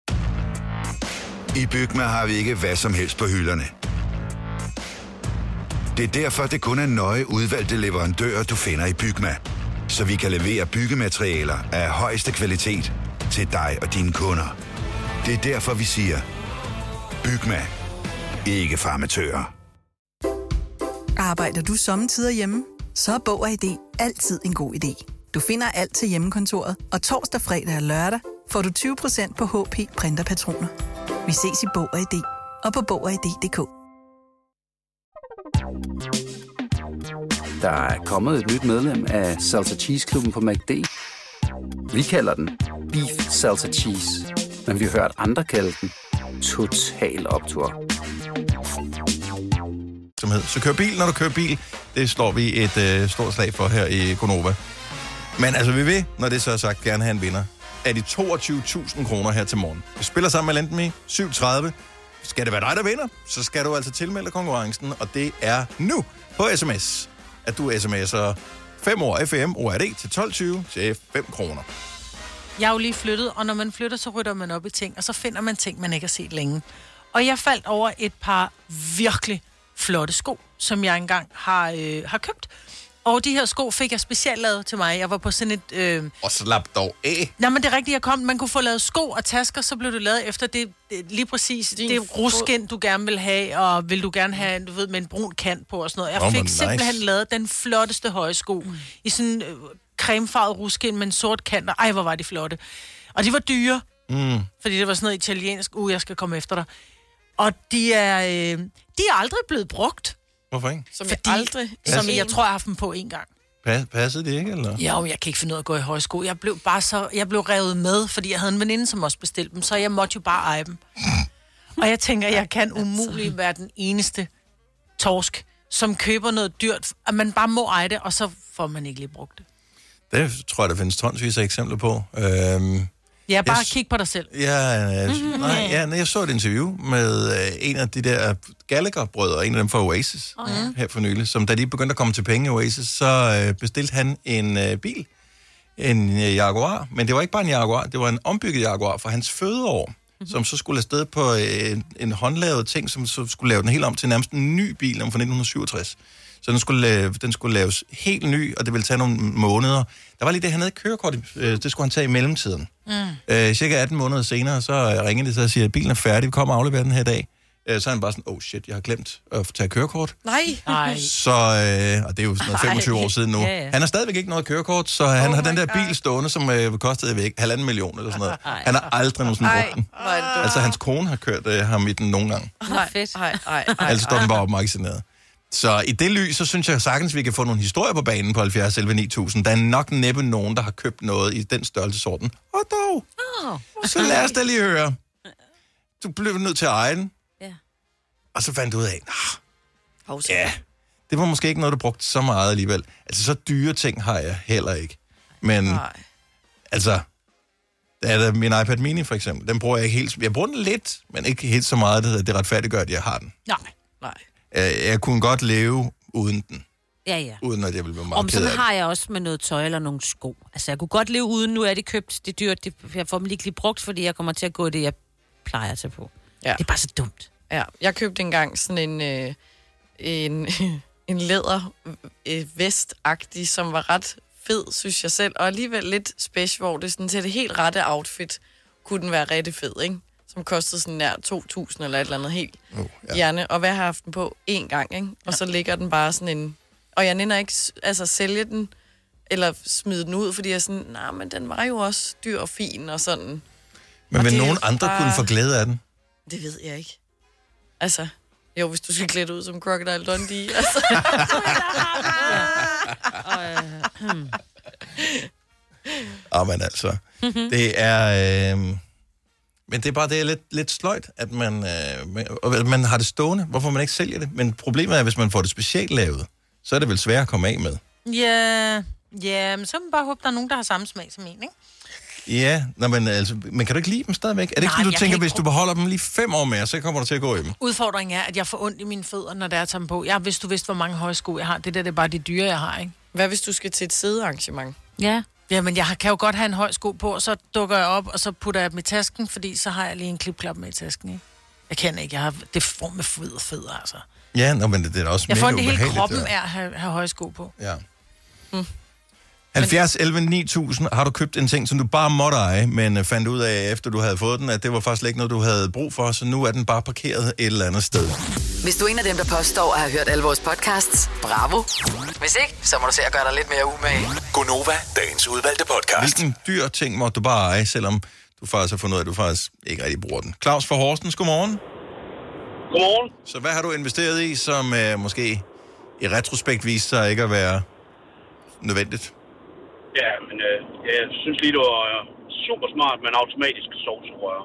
I Bygma har vi ikke hvad som helst på hylderne. Det er derfor, det kun er nøje udvalgte leverandører, du finder i Bygma. Så vi kan levere byggematerialer af højeste kvalitet til dig og dine kunder. Det er derfor, vi siger, Bygma. Ikke farmatører. Arbejder du sommetider hjemme? Så er Bog og I D altid en god idé. Du finder alt til hjemmekontoret, og torsdag, fredag og lørdag får du tyve procent på H P printerpatroner. Vi ses i Bog og I D og på bog og i d punktum d k. Der er kommet et nyt medlem af Salsa Cheese Klubben på McD. Vi kalder den Beef Salsa Cheese, men vi har hørt andre kalde den Total Optur. Så kør bil, når du kører bil. Det slår vi et øh, stort slag for her i Gonova. Men altså, vi vil, når det så er sagt, gerne have en vinder af de toogtyve tusind kroner her til morgen. Vi spiller sammen med Lendme syv tredive. Skal det være dig, der vinder, så skal du altså tilmelde konkurrencen, og det er nu på sms, at du sms'er fem år F M O R D til tolv tyve til fem kroner. Jeg er jo lige flyttet, og når man flytter, så rydder man op i ting, og så finder man ting, man ikke har set længe. Og jeg faldt over et par virkelig flotte sko, som jeg engang har, øh, har købt. Og de her sko fik jeg specielt lavet til mig. Jeg var på sådan et... Øh... Og slap dog af. Nej, men det er rigtigt, jeg kom. Man kunne få lavet sko og tasker, så blev det lavet efter det, det lige præcis Din det ruskin, du gerne vil have, og vil du gerne have, du ved, med en brun kant på og sådan noget. Jeg oh, fik nice. simpelthen lavet den flotteste høje sko mm. i sådan øh, cremefarvet ruskin med en sort kant, og ej, hvor var de flotte. Og de var dyre, mm. fordi det var sådan noget italiensk, uh, jeg skal komme efter dig. Og de er, øh, de er aldrig blevet brugt. Hvorfor ikke? Som Fordi, jeg aldrig, som jeg tror, jeg har haft dem på en gang. Pas, passede det ikke, eller? Jo, jeg kan ikke finde ud af at gå i høje sko. Jeg blev bare så, jeg blev revet med, fordi jeg havde en veninde, som også bestilte dem, så jeg måtte jo bare eje dem. Og jeg tænker, jeg kan umuligt være den eneste torsk, som køber noget dyrt, at man bare må eje det, og så får man ikke lige brugt det. Det tror jeg, der findes tonsvis af eksempler på. Øhm, ja, bare jeg, kig på dig selv. Ja, mm-hmm. nej, ja, jeg så et interview med øh, en af de der Gallagher-brødre, en af dem fra Oasis, oh, ja. her for nylig, som da de begyndte at komme til penge i Oasis, så øh, bestilte han en øh, bil, en øh, Jaguar, men det var ikke bare en Jaguar, det var en ombygget Jaguar fra hans fødeår, mm-hmm. som så skulle afsted på øh, en, en håndlavet ting, som så skulle lave den helt om til nærmest en ny bil om fra nitten syvogtres. Så den skulle, den skulle laves helt ny, og det ville tage nogle måneder. Der var lige det, han havde kørekort, det skulle han tage i mellemtiden. Mm. Øh, cirka atten måneder senere, så ringede det så og siger, at bilen er færdig, vi kommer og afleverer den her dag. Øh, så er han bare sådan, oh shit, jeg har glemt at tage kørekort. Nej. Nej. Så, øh, og det er jo sådan noget femogtyve år siden nu. Ja, ja. Han har stadigvæk ikke noget kørekort, så han oh har den der bil stående, som øh, kostede væk halvanden million eller sådan noget. Ej. Han har aldrig nogensinde brugt den. Altså, hans kone har kørt øh, ham i den nogle gange. Nej, fedt. Ej, ej, ej, altså står den bare opmagasineret. Så i det lys, så synes jeg sagtens, vi kan få nogle historier på banen på halvfjerds elleve ni tusind. Der er nok næppe nogen, der har købt noget i den størrelsesorden. Og dog, oh. så lad os da lige høre. Du blev nødt til at eje den. Yeah. Og så fandt du ud af, nah, ja, det var måske ikke noget, du brugte så meget alligevel. Altså, så dyre ting har jeg heller ikke. Men, nej. altså, der er der min iPad mini for eksempel. Den bruger jeg ikke helt. Jeg bruger den lidt, men ikke helt så meget, det, det retfærdiggør, at jeg har den. Nej, nej. Jeg kunne godt leve uden den. Ja, ja. Uden at jeg vil blive meget Om ked sådan af det. har jeg også med noget tøj eller nogle sko. Altså, jeg kunne godt leve uden, nu er det købt, det er dyrt, det, jeg får dem lige lige brugt, fordi jeg kommer til at gå det, jeg plejer at tage på. Ja. Det er bare så dumt. Ja, jeg købte engang sådan en, øh, en, en læder øh, vestagtig, som var ret fed, synes jeg selv, og alligevel lidt special, hvor det sådan til det helt rette outfit kunne den være rigtig fed, ikke? Som kostede sådan nær to tusind eller et eller andet helt oh, ja. hjerne. Og hvad har jeg haft den på én gang, ikke? Og ja. så ligger den bare sådan en... Og jeg nænder ikke altså, sælge den, eller smide den ud, fordi jeg er sådan, nej, nah, men den var jo også dyr og fin og sådan. Men og vil nogen andre bare... kunne få glæde af den? Det ved jeg ikke. Altså, jo, hvis du skal klæde ud som Crocodile Dundee, altså. Åh, men altså, det er... Øh... Men det er bare det er lidt, lidt sløjt, at man, øh, man har det stående. Hvorfor man ikke sælger det? Men problemet er, hvis man får det specielt lavet, så er det vel svært at komme af med. Ja, ja, men så må man bare håbe, der er nogen, der har samme smag som en, ikke? Ja, nå, men, altså, men kan du ikke lide dem stadigvæk? Er det ikke Nej, sådan, du tænker, ikke... hvis du beholder dem lige fem år mere, så kommer du til at gå i dem? Udfordringen er, at jeg får ondt i mine fødder, når der er taget på. Jeg hvis du vidste, hvor mange høje sko jeg har. Det der, det er bare de dyre, jeg har, ikke? Hvad hvis du skal til et sædearrangement? Ja. Ja, men jeg kan jo godt have en høj sko på, og så dukker jeg op, og så putter jeg dem i tasken, fordi så har jeg lige en klipklap med i tasken, ikke? Jeg kan ikke, jeg har det form med fødder fødder, altså. Ja, nå, men det, det er også jeg mega får det hele ubehageligt, kroppen der. er at have, have høje sko på. Ja. Mm. halvfjerds elleve ni tusind har du købt en ting, som du bare måtte eje, men uh, fandt ud af, efter du havde fået den, at det var faktisk ikke noget, du havde brug for, så nu er den bare parkeret et eller andet sted. Hvis du er en af dem, der påstår at have hørt alle vores podcasts, bravo. Hvis ikke, så må du se at gøre dig lidt mere umage. Gonova, dagens udvalgte podcast. Hvilken dyr ting måtte du bare eje, selvom du faktisk har fundet ud af, at du faktisk ikke rigtig bruger den? Claus fra Horsens, godmorgen. Godmorgen. Så hvad har du investeret i, som uh, måske i retrospekt viste sig ikke at være nødvendigt? Ja, men øh, jeg synes lige, det var øh, super smart med en automatisk sovserør.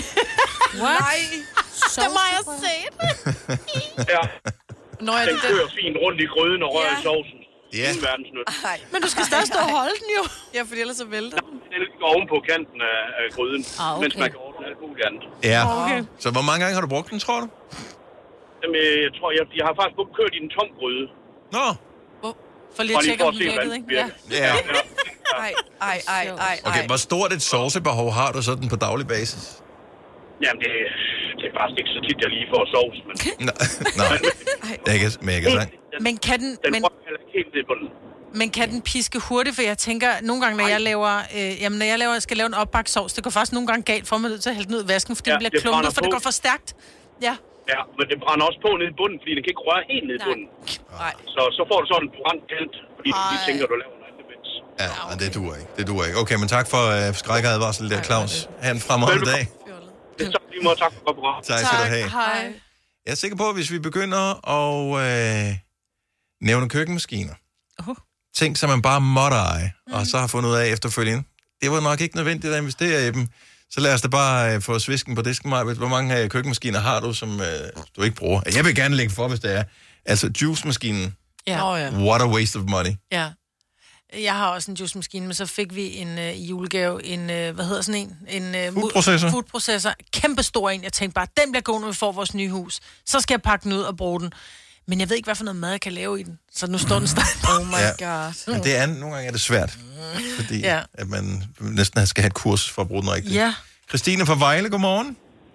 Nej, det må jeg se. Ja. Nå, den det kører fint rundt i gryden og rører ja. i sovsen. Ja. Ingen verdensnyt. Nej. Men du skal stadig stå og holde den jo. Ja, for ellers så vælter den. Den ligger oven på kanten af, af gryden, ah, okay. mens man kan ordne alt muligt andet. Ja, okay. Så hvor mange gange har du brugt den, tror du? Jamen, jeg tror, jeg, jeg har faktisk kun kørt i en tom gryde. Nå. For lige at tjekke, om den virkede, ikke? Ja. Ja. Ej, ej, ej, ej, Okay, hvor stort et saucebehov har du sådan på daglig basis? Jamen, det, det er faktisk ikke så tit, jeg lige får sovs, men... Nej, jeg kan, men jeg kan sige. Men kan den... Den men... rører heller ikke helt ned på den. Men kan den piske hurtigt? For jeg tænker, nogle gange, når jeg laver, øh, jamen, når jeg laver, skal lave en opbagt sovs, det går faktisk nogle gange galt for mig nødt til at hælde den ud i vasken, fordi ja, den bliver det klumpet, for på. det går for stærkt. Ja. Ja, men det brænder også på ned i bunden, fordi den kan ikke røre helt ned i bunden. Nej. Så, så får du sådan en brændt kant, fordi du lige tænker, du laver noget andet imens. Ja, men det duer ikke. Det duer ikke. Okay, men tak for uh, skræk og advarsel der, Claus. Ha' en fremragende dag. Det er så lige måde. Tak for godt program. Tak skal du have. Hej. Jeg er sikker på, at hvis vi begynder at øh, nævne køkkenmaskiner, uh-huh. ting, som man bare måtte eje, mm. og så har fundet ud af efterfølgende, det var nok ikke nødvendigt at investere i dem. Så lad os da bare øh, få svisken på disken, Maja. Hvor mange øh, køkkenmaskiner har du, som øh, du ikke bruger? Jeg vil gerne lægge for, hvis det er. Altså, juicemaskinen. Ja. Oh, ja. What a waste of money. Ja. Jeg har også en juicemaskine, men så fik vi en øh, i julegave, en, øh, hvad hedder sådan en? En øh, foodprocessor. Foodprocessor. Kæmpe stor en. Jeg tænkte bare, den bliver god, når vi får vores nye hus. Så skal jeg pakke den ud og bruge den. Men jeg ved ikke, hvad for noget mad jeg kan lave i den. Så nu står den stadig. Oh my ja. god. Men det er, nogle gange er det svært, fordi ja. at man næsten skal have et kurs for at bruge den rigtigt. Ja. Christine fra Vejle, godmorgen.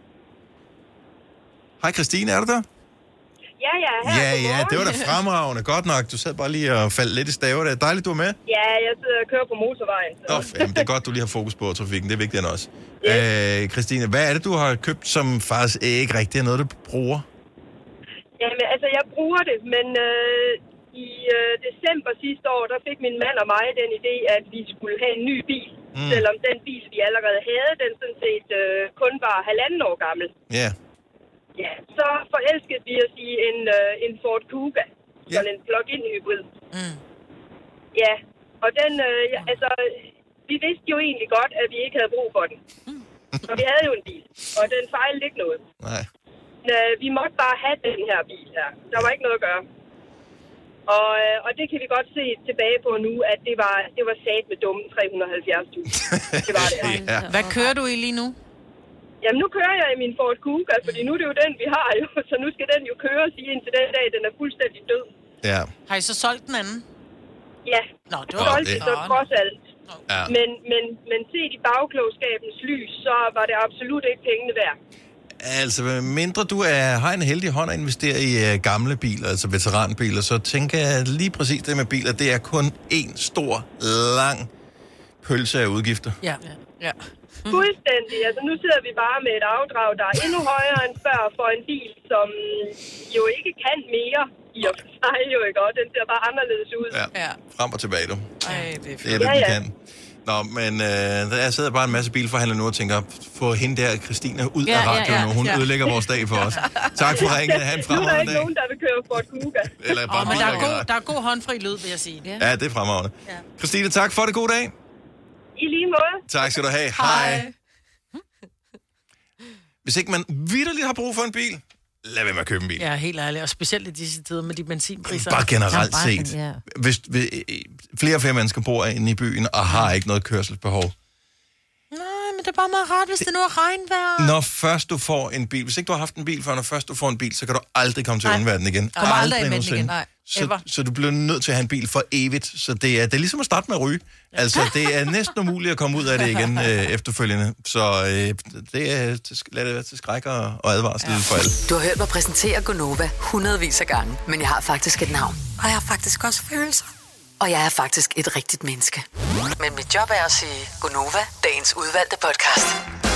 Hej Christine, er du der? Ja, ja. Her, ja, godmorgen. ja, det var da fremragende. Godt nok. Du sad bare lige og faldt lidt i staver. Det er dejligt, du er med. Ja, jeg sidder og kører på motorvejen. Så. Nå, jamen, det er godt, du lige har fokus på trafikken. Det er vigtigt også. Yes. Øh, Christine, hvad er det, du har købt, som faktisk ikke rigtig er noget, du bruger? Jamen, altså, jeg bruger det, men øh, i øh, december sidste år, der fik min mand og mig den idé, at vi skulle have en ny bil. Mm. Selvom den bil, vi allerede havde, den sådan set øh, kun var halvanden år gammel. Ja. Yeah. Ja, så forelskede vi os i en, øh, en Ford Kuga. Yeah. Sådan en plug-in hybrid. Mm. Ja, og den, øh, ja, altså, vi vidste jo egentlig godt, at vi ikke havde brug for den. Mm. Og vi havde jo en bil, og den fejlede ikke noget. Nej. Men, øh, vi måtte bare have den her bil her. Der var ikke noget at gøre. Og, øh, og det kan vi godt se tilbage på nu, at det var, det var sat med dumme tre hundrede og halvfjerds tusind. Det var det. Ja. Hvad kører du i lige nu? Jamen, nu kører jeg i min Ford Kuga, fordi nu er det jo den, vi har jo. Så nu skal den jo køres i indtil den dag, den er fuldstændig død. Ja. Har I så solgt den anden? Ja, Nå, det var solgte det så trods alt. Ja. Men, men, men set i bagklogskabens lys, så var det absolut ikke pengene værd. Altså, mindre du er, har en heldig hånd at investere i uh, gamle biler, altså veteranbiler, så tænker jeg lige præcis det med biler, det er kun en stor, lang pølse af udgifter. Ja. ja. Fuldstændig. Altså, nu sidder vi bare med et afdrag, der er endnu højere end før for en bil, som jo ikke kan mere i og for sig, jo ikke? Og den ser bare anderledes ud. Ja. Ja. Frem og tilbage, du. Ej, det er Det er det, Ja, vi ja. kan. Nå, men øh, der sidder bare en masse bilforhandlere nu og tænker, få hende der, Christina, ud Ja, af ja, radioen ja, nu. Hun ja. ødelægger vores dag for os. Tak for ringet. Ha' en Nu er der fremragende ikke dag. nogen, der vil køre Ford Kuga. Eller bare Åh, men der er, biler, god, eller- der er god håndfri lyd, vil jeg sige. Ja. Ja, det er fremragende. Ja. Christine, tak for det. God dag. I lige måde. Tak skal du have. Hej. Hvis ikke man vitterligt har brug for en bil, lad være med at købe en bil. Ja, helt ærligt. Og specielt i disse tider med de benzinpriser. Bare generelt Ja, bare- set. Ja. Hvis, hvis flere og flere mennesker bor inde i byen og har ikke noget kørselsbehov. Nej, men det er bare meget rart, hvis det nu er regnvejr. Når først du får en bil, hvis ikke du har haft en bil før, når først du får en bil, så kan du aldrig komme til at undvære den igen. Kommer aldrig med den nogensinde. igen, nej. Så, Ever. så du bliver nødt til at have en bil for evigt. Så det er, det er ligesom at starte med at ryge. Altså, det er næsten umuligt at komme ud af det igen øh, efterfølgende. Så øh, det er, til, lad det være til skræk og, og advarsel ja. for alle. Du har hørt mig præsentere Gonova hundredvis af gange, men jeg har faktisk et navn. Og jeg har faktisk også følelser. Og jeg er faktisk et rigtigt menneske. Men mit job er at sige Gonova, dagens udvalgte podcast.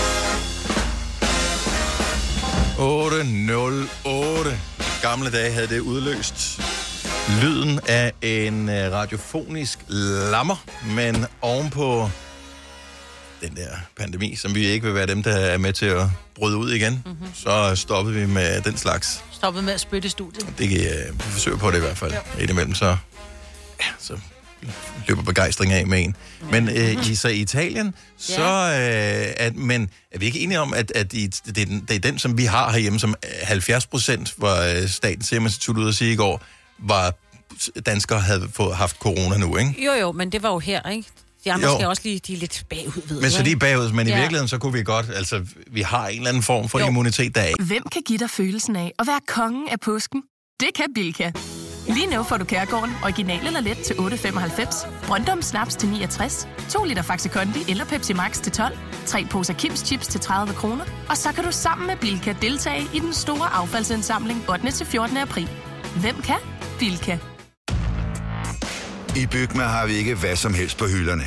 otte nul otte. Gamle dage havde det udløst lyden af en øh, radiofonisk lammer, men ovenpå den der pandemi, som vi ikke vil være dem, der er med til at bryde ud igen, mm-hmm. så stoppede vi med den slags. Stoppet med at spytte i studiet. Det kan jeg øh, forsøge på det i hvert fald. Ja. Indimellem så, ja, så løber begejstring af med en. Men øh, i, så i Italien, så øh, at, men er vi ikke enige om, at, at i, det, er den, det er den, som vi har herhjemme, som halvfjerds procent, var Statens Serum Institut ude at sige i går, var danskere havde fået, haft corona nu, ikke? Jo, jo, men det var jo her, ikke? De andre Jo. skal også lige, de er lidt bagud, ved Men så de er bagud, men i Ja. virkeligheden, så kunne vi godt, altså, vi har en eller anden form for Jo. immunitet der. Hvem kan give dig følelsen af at være kongen af påsken? Det kan Bilka. Lige nu får du Kærgården original eller let til otte femoghalvfems, Brøndum Snaps til niogtres, to liter Faxi Kondi eller Pepsi Max til tolv, tre poser Kims Chips til tredive kroner, og så kan du sammen med Bilka deltage i den store affaldsindsamling ottende til fjortende april. Hvem kan? Bilka. I Bygma har vi ikke hvad som helst på hylderne.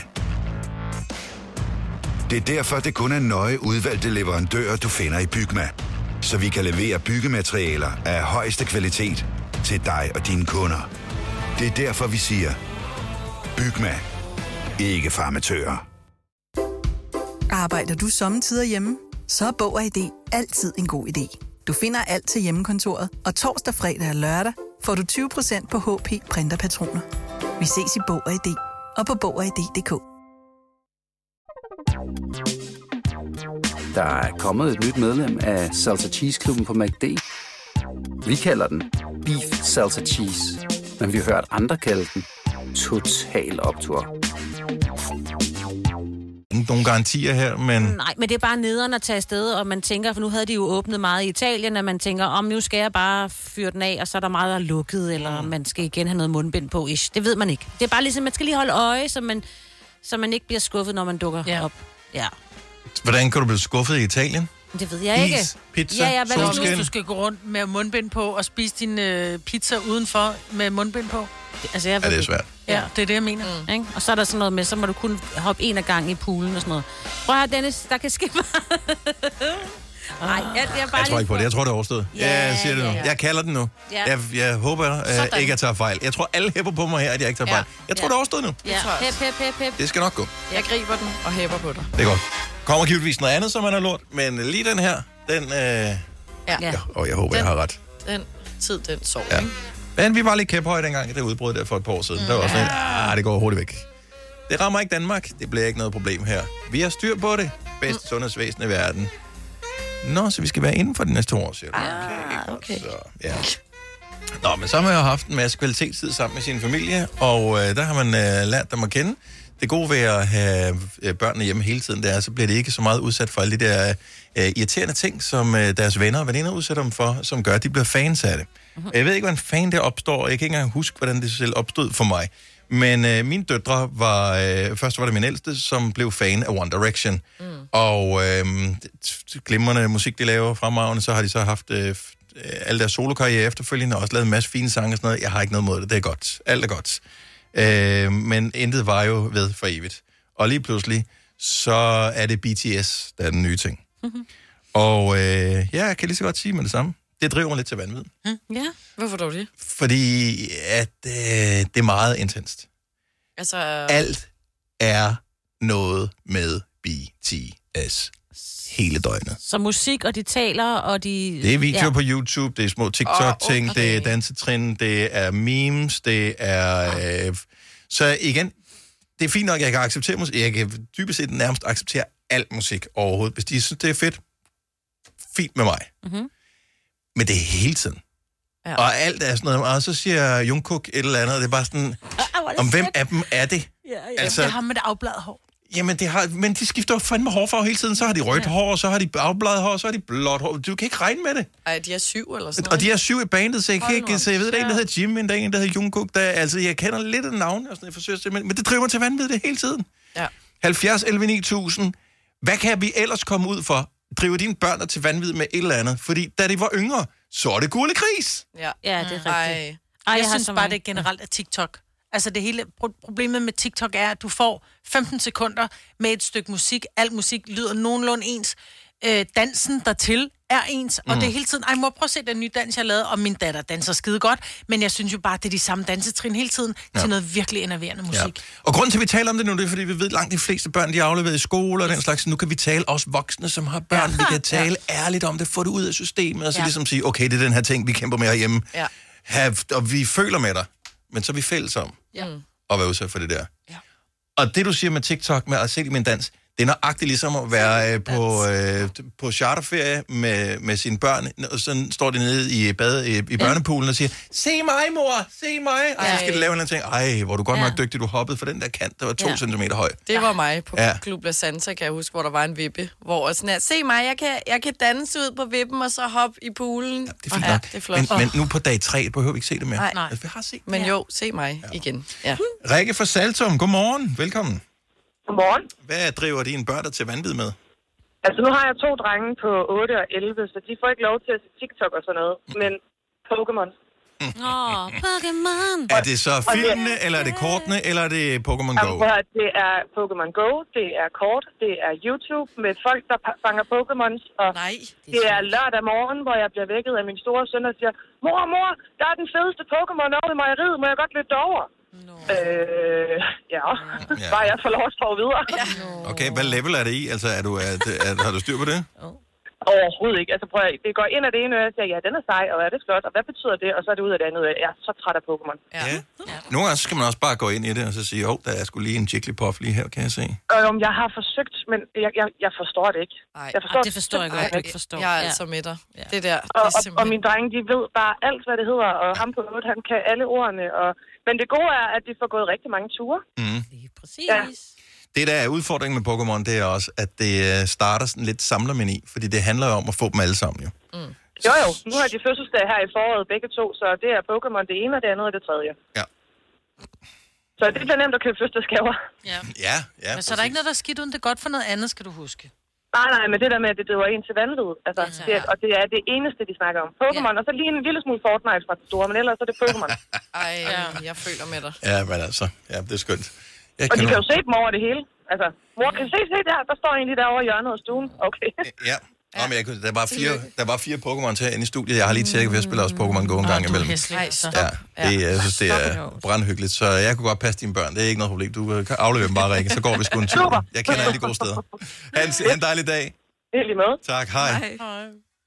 Det er derfor, det kun er nøje udvalgte leverandører, du finder i Bygma. Så vi kan levere byggematerialer af højeste kvalitet til dig og dine kunder. Det er derfor, vi siger, Bygma. Ikke farmatører. Arbejder du sommetider hjemme? Så er Bog og I D altid en god idé. Du finder alt til hjemmekontoret, og torsdag, fredag og lørdag får du tyve procent på H P printerpatroner. Vi ses i Bog og I D og på Bog og I D punktum d k. Der er kommet et nyt medlem af Salsa Cheese Klubben på McD. Vi kalder den Beef Salsa Cheese, men vi har hørt andre kalde den Total Optur. Nogle garantier her, men Nej, men det er bare nederen at tage afsted, og man tænker, for nu havde de jo åbnet meget i Italien, at man tænker, om nu skal jeg bare fyre den af, og så er der meget der er lukket, eller man skal igen have noget mundbind på, ish. Det ved man ikke. Det er bare ligesom, man skal lige holde øje, så man, så man ikke bliver skuffet, når man dukker ja. op. Ja, hvordan kan du blive skuffet i Italien? det ved jeg ikke. Is, pizza, Ja, ja, hvad Hvis solskin. du skal gå rundt med mundbind på og spise din øh, pizza udenfor med mundbind på. Altså, jeg ved Ja, det er ikke. svært. Ja, det er det, jeg mener. Mm. Ikke? Og så er der sådan noget med, så må du kun hoppe en af gang i poolen og sådan noget. Prøv at høre, Dennis, der kan ske meget. Nej, jeg, jeg, er bare Jeg tror ikke på det. Jeg tror, det er overstået. Ja, Ja, jeg siger det nu. ja, ja. Jeg kalder den nu. Ja. Jeg, jeg håber uh, Sådan. ikke, at jeg tager fejl. Jeg tror, alle hæpper på mig her, at jeg ikke tager Ja. fejl. Jeg tror, Ja. det er overstået nu. Ja, hep, hep, hep, hep. Det skal nok gå. Jeg griber den og hæpper på dig. Det er godt. Kommer givetvis noget andet, som man har lort, men lige den her, den... Øh... Ja. Ja, og jeg håber, Den- jeg har ret. Den tid, den sov, Ja. ikke? Men vi var lidt kæphøje dengang, det udbrød der for et par år siden. Mm. Der var også sådan, ah, det går hurtigt væk. Det rammer ikke Danmark. Det bliver ikke noget problem her. Vi har styr på det. Bedste mm. sundhedsvæsen i verden. Nå, så vi skal være inden for de næste to år, siger du. Ah, okay. Så, ja. Nå, men så har man jo haft en masse kvalitetstid sammen med sin familie, og øh, der har man øh, lært dem at kende. det gode ved at have børnene hjemme hele tiden, det er, så bliver de ikke så meget udsat for alle de der uh, irriterende ting, som uh, deres venner og veninder udsætter dem for, som gør, at de bliver fans af det. Uh-huh. Jeg ved ikke, hvordan fan det opstår, jeg kan ikke engang huske, hvordan det selv opstod for mig. Men uh, mine døtre var, uh, først var det min ældste, som blev fan af One Direction. Mm. Og uh, glimrende musik, de laver fremragende, så har de så haft uh, alle deres solokarriere efterfølgende, og også lavet en masse fine sange og sådan noget. Jeg har ikke noget mod det, det er godt. Alt er godt. Uh, men intet var jo ved for evigt. Og lige pludselig, så er det B T S, der er den nye ting. Mm-hmm. Og uh, ja, jeg kan lige så godt sige med det samme. Det driver mig lidt til vanvid. Mm. Ja, hvorfor dog det? Fordi at øh, det er meget intenst. Altså... Alt er noget med B T S. Hele døgnet. Så musik, og de taler, og de... Det er videoer ja. på YouTube, det er små TikTok-ting, oh, okay. det er dansetrin, det er memes, det er... Øh, så igen, det er fint nok, jeg kan acceptere musik. Jeg kan dybest set nærmest acceptere al musik overhovedet. Hvis de synes, det er fedt, fint med mig. Mm-hmm. Men det er hele tiden. Ja. Og alt er sådan noget, og så siger Jungkook et eller andet, det er bare sådan, ah, om hvem af dem er det? Ja, ja. Altså, det har med det afbladet hår. Jamen, det har, men de skifter jo fandme hårfarve hele tiden. Så har de rødt ja. hår, så har de afbladet hår, så har de blåt hår. Du kan ikke regne med det. Ej, de er syv eller sådan noget. Og de er syv i bandet, så jeg kan ikke, så jeg ved, der er en, der hedder Jim, en der er en, der hedder Jungkook. Der, altså, jeg kender lidt af navn, og sådan, jeg forsøger at, men, men det driver mig til vanvid det hele tiden. Ja. halvfjerds elleve ni tusind. Hvad kan vi ellers komme ud for? Driver dine børn til vanvid med et eller andet? Fordi da de var yngre, så er det gule gris. Ja, ja det er rigtigt. Ej. Ej, jeg, jeg synes bare, det er generelt af TikTok. Altså det hele problemet med TikTok er, at du får femten sekunder med et stykke musik. Al musik lyder nogenlunde ens. Øh, dansen dertil er ens. Og mm. det er hele tiden, ej mor, prøv at se den nye dans, jeg lavede. Og min datter danser skide godt. Men jeg synes jo bare, det er de samme dansetrin hele tiden ja. til noget virkelig enerverende musik. Ja. Og grunden til, at vi taler om det nu, det er, fordi vi ved, langt de fleste børn, de er afleveret i skole og den slags. Nu kan vi tale, også voksne, som har børn. Ja. Vi kan tale ja. ærligt om det, få det ud af systemet. Og så ja. ligesom sige, okay, det er den her ting, vi kæmper med herhjemme. Ja. Have, og vi føler med dig. Men så er vi fælles om ja. at være udsat for det der. Ja. Og det, du siger med TikTok, med at se det med en dans, det er nøjagtigt ligesom at være øh, på, øh, på charterferie med, med sine børn, og så står de nede i bad i, i børnepoolen og siger, se mig, mor, se mig. Og så skal de lave en ting, ej, hvor du godt ja. nok dygtig, du hoppede for den der kant, der var to ja. centimeter høj. Det var mig på ja. Club La Santa, kan jeg huske, hvor der var en vippe, hvor sådan her, se mig, jeg kan, jeg kan danse ud på vippen, og så hoppe i poolen. Ja, det er fint ja, det er flot. Men, men nu på dag tre, behøver vi ikke se det mere. Nej, nej. Altså, vi har set men jo, se mig ja. igen. Ja. Rikke fra Saltum, godmorgen, velkommen. Godmorgen. Hvad driver dine børn til vanvid med? Altså, nu har jeg to drenge på otte og elleve, så de får ikke lov til at se TikTok og sådan noget. Men Pokémon. Åh, mm. oh, Pokémon. Er det så filmene, eller er det kortene, eller er det Pokémon Go? Altså, det er Pokémon Go, det er kort, det er YouTube med folk, der fanger Pokémons. Og Nej, det, det er lørdag morgen, hvor jeg bliver vækket af min store søn og siger, mor, mor, der er den fedeste Pokémon over i mejeriet, må jeg godt løbe derover? No. Øh, ja, ja. Bare jeg får lov at stå videre. Ja. Okay, hvad level er det i? Altså, er du, er, er, har du styr på det? Oh. Overhovedet ikke. Altså, prøv at, det går ind af det ene, og jeg siger, ja, den er sej, og er det flot, og hvad betyder det? Og så er det ud af det andet. Jeg er så træt af Pokémon. Ja. ja. Nogle gange skal man også bare gå ind i det, og så sige, åh, oh, der er sgu lige en Jigglypuff lige her, kan jeg se. Um, jeg har forsøgt, men jeg, jeg, jeg forstår det ikke. Ej, jeg forstår, det forstår jeg godt, du ikke forstår. Jeg er altså med dig. Ja. Det der, det og, og, og mine drenge, de ved bare alt, hvad det hedder, og ham på otte, han kan alle ordene, og... Men det gode er, at de får gået rigtig mange ture. Mm. Præcis. Ja. Det, der er udfordringen med Pokémon, det er også, at det starter sådan lidt samlermani, fordi det handler om at få dem alle sammen, jo. Mm. Jo, jo. Nu har de fødselsdag her i foråret, begge to, så det er Pokémon det ene, og det andet og det tredje. Ja. Så det bliver nemt at købe fødselsdagsgaver. Ja. Ja, ja. Men så er der ikke noget, der er skidt uden, det er godt for noget andet, skal du huske. Nej, nej, men det der med, at det driver en til vanvid, altså, ja, det er, og det er det eneste, de snakker om. Pokémon, ja. Og så lige en lille smule Fortnite fra det store, men ellers er det Pokémon. Ej, ja. Jeg føler med dig. Ja, men altså, ja, det er skønt. Jeg og kan de kan jo se dem over det hele. Altså, mor, kan se, se der, der står en lige derovre i hjørnet af stuen. Okay. Ja. Nå, men jeg kunne, der var fire, der var fire Pokémon til inde i studiet. Jeg har lige tjekket, at jeg spiller også Pokémon Go en gang imellem. Nej, stop. Ja, det, jeg synes, det er brandhyggeligt, så jeg kunne godt passe dine børn. Det er ikke noget problem. Du kan aflevere dem bare, Rikke, så går vi sgu en tur. Jeg kender alle de gode steder. Ha' en, ha' en dejlig dag. Helt med. Tak, hej. hej.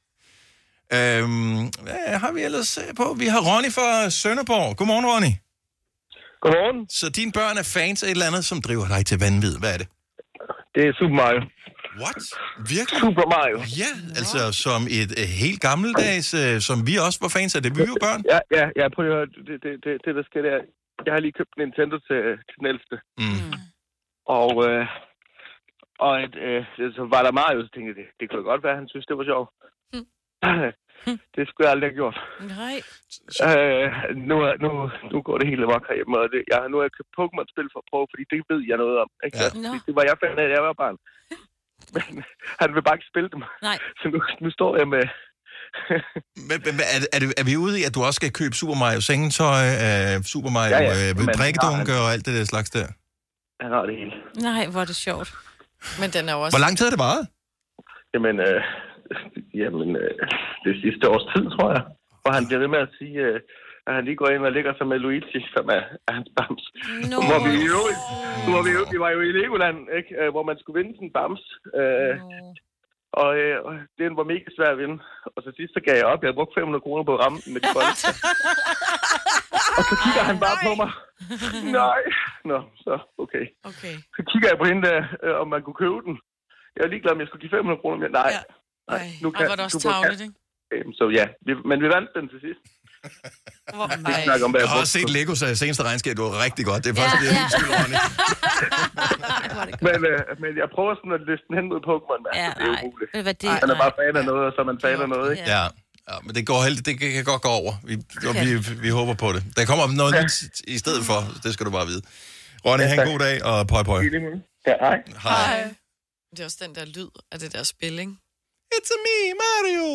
Øhm, hvad har vi ellers på? Vi har Ronny fra Sønderborg. Godmorgen, Ronny. Godmorgen. Så dine børn er fans af et eller andet, som driver dig til vanvid. Hvad er det? Det er Super Mario. What? Virkelig? Super Mario. Ja, altså som et uh, helt gammeldags, uh, som vi også var fans af, det vi var børn. Ja, ja, ja, prøv at høre, det, det, det, det der sker der. Jeg har lige købt en Nintendo til, til den ældste. Mm. Og, øh, og et, øh, så var der Mario, så tænkte jeg, det, det kunne godt være, han synes, det var sjovt. Hmm. Det skulle jeg aldrig have gjort. Nej. Øh, nu, nu, nu går det hele amok herhjemme, og det, jeg, nu har jeg købt Pokémon-spil for at prøve, fordi det ved jeg noget om. Ikke? Ja. Det, det var jeg fandt af, da jeg var barn. Men han vil bare ikke spille dem. Nej. Så nu, nu står jeg med... men, men, er, er, det, er vi ude i, at du også skal købe Super Mario sengetøj, uh, Super Mario ja, ja. uh, drikkedunke og alt det der slags der? Han har det hele. Nej, hvor er det sjovt. Men den er også... Hvor lang tid er det bare? Jamen, øh, jamen øh, det sidste års tid, tror jeg. Hvor han bliver ved med at sige, øh, at han lige går ind og lægger sig med Luigi, som er, er hans bams. No. Hvor vi, jo, hvor vi, vi var jo i Legoland, ikke? Hvor man skulle vinde sin bams. Øh, no. Og øh, den var mega svær at vinde. Og så sidst så gav jeg op. Jeg havde brugt fem hundrede kroner på rammen med de bolde. Og så kigger han bare på mig. Nej. Nå, så okay. okay. Så kigger jeg på hende der, øh, om man kunne købe den. Jeg er ligeglad, om jeg skulle give fem hundrede kroner mere. Nej. Ja. Nej. Nu kan, Ej, var det også tavligt, ikke? Øhm, så ja, vi, men vi vandt den til sidst. Hvor, om, jeg har også set Legos seneste regnskab. Det var rigtig godt. Det er faktisk ja, det, jeg ja. Skyld, Ronny. men, øh, men jeg prøver sådan at liste den hen mod Pokémon. Ja, det er umuligt. Det, han er bare fan af noget, og så er man fan af noget, ikke? Ja. Ja, men det går heldigt. Det kan godt gå over. Vi, okay. vi, vi håber på det. Der kommer noget ja. nyt i stedet for. Det skal du bare vide. Ronny, ja, have en god dag, og pøj pøj. Ja, hej. Hej. Det er også den der lyd af det der spil, ikke? It's a me, Mario!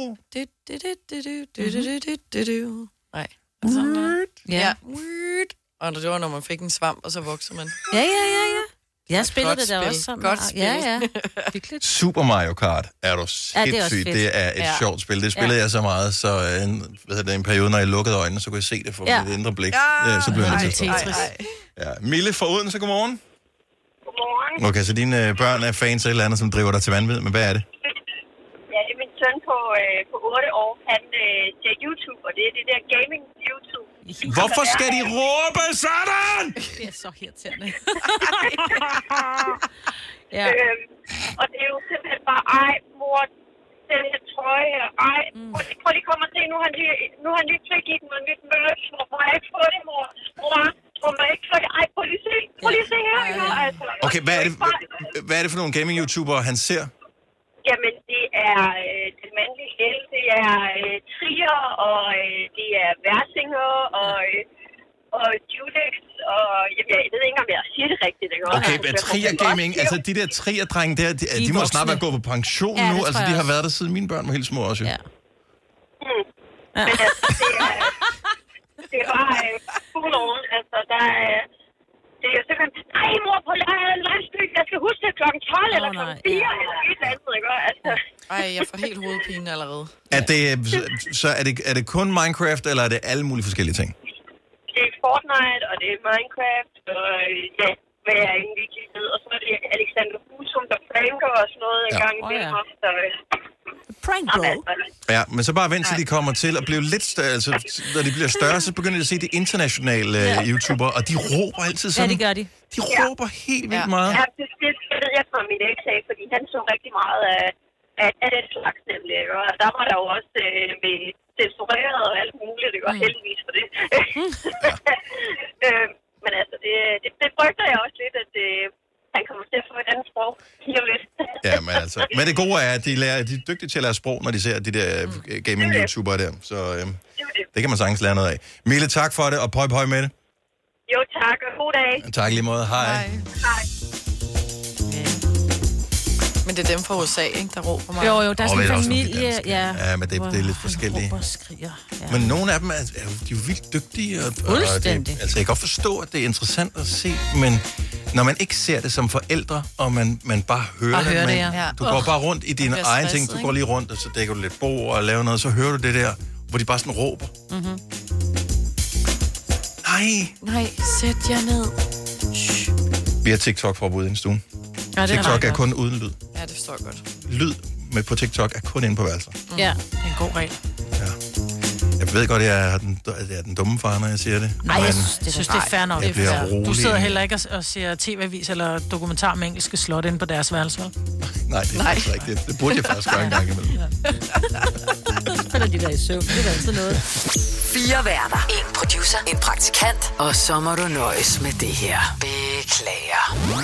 Nej. Sådan ja. Og det var, når man fik en svamp, og så voksede man. Ja, ja, ja, ja. Jeg spillede det der også sammen. Godt spil. Ja, ja. Super Mario Kart er du sindssygt. Ja, det, det er et ja. sjovt spil. Det spillede ja. jeg så meget, så en, hvad det, en periode, når jeg lukkede øjnene, så kunne jeg se det for ja. mit indre blik. Ja. Ja, så blev jeg nødt til at ja. Mille fra Odense, godmorgen. Godmorgen. Okay, så dine øh, børn er fans af et eller andet, som driver dig til vanvid, men hvad er det? Ja, det er min søn på, øh, på otte år. Han øh, ser YouTube, og det er det der gaming-YouTube. Hvorfor skal de råbe sådan? Det er så irriterende. ja. øhm, og det er jo simpelthen bare, ej, mor, den her trøje her, ej, mm. prøv, prøv lige komme og se, nu har han lige, nu har han lige frigivet mig nyt merch, mor, må jeg ikke få det, mor? Mor, må jeg ikke få det? Ej, prøv lige se, prøv lige se her, jo, altså. Okay, hvad er det, hvad er det for nogle gaming-YouTubere, han ser? Jamen, det er øh, den mandlige el, det er øh, Trier, og øh, det er Versinger, og, øh, og Julex, og jamen, jeg ved ikke, om jeg siger det rigtigt. Ikke? Okay, men Trier Gaming, altså de der Trier-drenge der, de, de, de må snart være gået på pension ja, nu, altså de har været der siden mine børn var helt små også. Ja. Mm. Ja. Men altså, det, er, det var øh, full on, altså der er... Det er så kan nej, mor, på landsbyen, jeg skal huske det klokken tolv oh, eller klokken fire eller et eller andet, ikke? Altså. Ej, jeg får helt hovedpine allerede. Er det, så er det, er det kun Minecraft, eller er det alle mulige forskellige ting? Det er Fortnite, og det er Minecraft, og ja, hvad jeg egentlig ikke ved. Og så er det Alexander Husum, der pranker og sådan noget ja. en gang i det. Oh, ja. Prank bro. Ja, men så bare vent til de kommer til at blive lidt større. Altså, når de bliver større, så begynder de at se de internationale ja. YouTubere, og de råber altid sådan. Ja, det gør de. De råber ja. helt vildt ja. meget. Ja, det, det ved jeg fra min eks af, fordi han så rigtig meget af, af, af den slags nemlig. Og der var der jo også øh, med censureret og alt muligt, det var mm. heldigvis for det. ja. øh, men altså, det, det, det frygter jeg også lidt, at det... Han kommer til at få et andet sprog. ja, men altså. Men det gode er, at de, lærer, de er dygtige til at lære sprog, når de ser de der gaming-YouTubere der. Så øhm, det kan man sagtens lære noget af. Mille, tak for det, og pøj pøj med det. Jo, tak, og god dag. Tak lige måde. Hej. Hej. Hej. Men det er dem fra U S A, ikke, der råber mig. Jo, jo, der er sådan en familie. Ja, ja, men det, det er lidt forskellige. Skriger, ja. Men nogle af dem er, er jo, de er jo vildt dygtige. Og, og det, altså, jeg kan godt forstå, at det er interessant at se, men når man ikke ser det som forældre, og man, man bare hører bare det, hører man, det ja. du går bare rundt i dine egne ting, du går lige rundt, og så dækker du lidt bord og laver noget, så hører du det der, hvor de bare sådan råber. Mm-hmm. Nej. Nej, sæt jer ned. Shh. Vi har TikTok-forbud i en stue. Ja, TikTok er, er kun uden lyd. Ja, det forstår jeg godt. Lyd med på TikTok er kun inde på værelser. Mm. Ja, det er en god regel. Ja. Jeg ved godt, at jeg er den, jeg er den dumme far, når jeg siger det. Nej, jeg synes, det, synes, det er fair nok. Jeg bliver rolig. Du sidder heller ikke og ser tv-avis eller dokumentar med engelske slot inde på deres værelse, vel? Nej, det er Nej. faktisk rigtigt. Det burde jeg faktisk gøre en gang imellem. Ja. Så falder de der i søvn. Det er altid noget. Fire værter. En producer. En praktikant. Og så må du nøjes med det her. Beklager.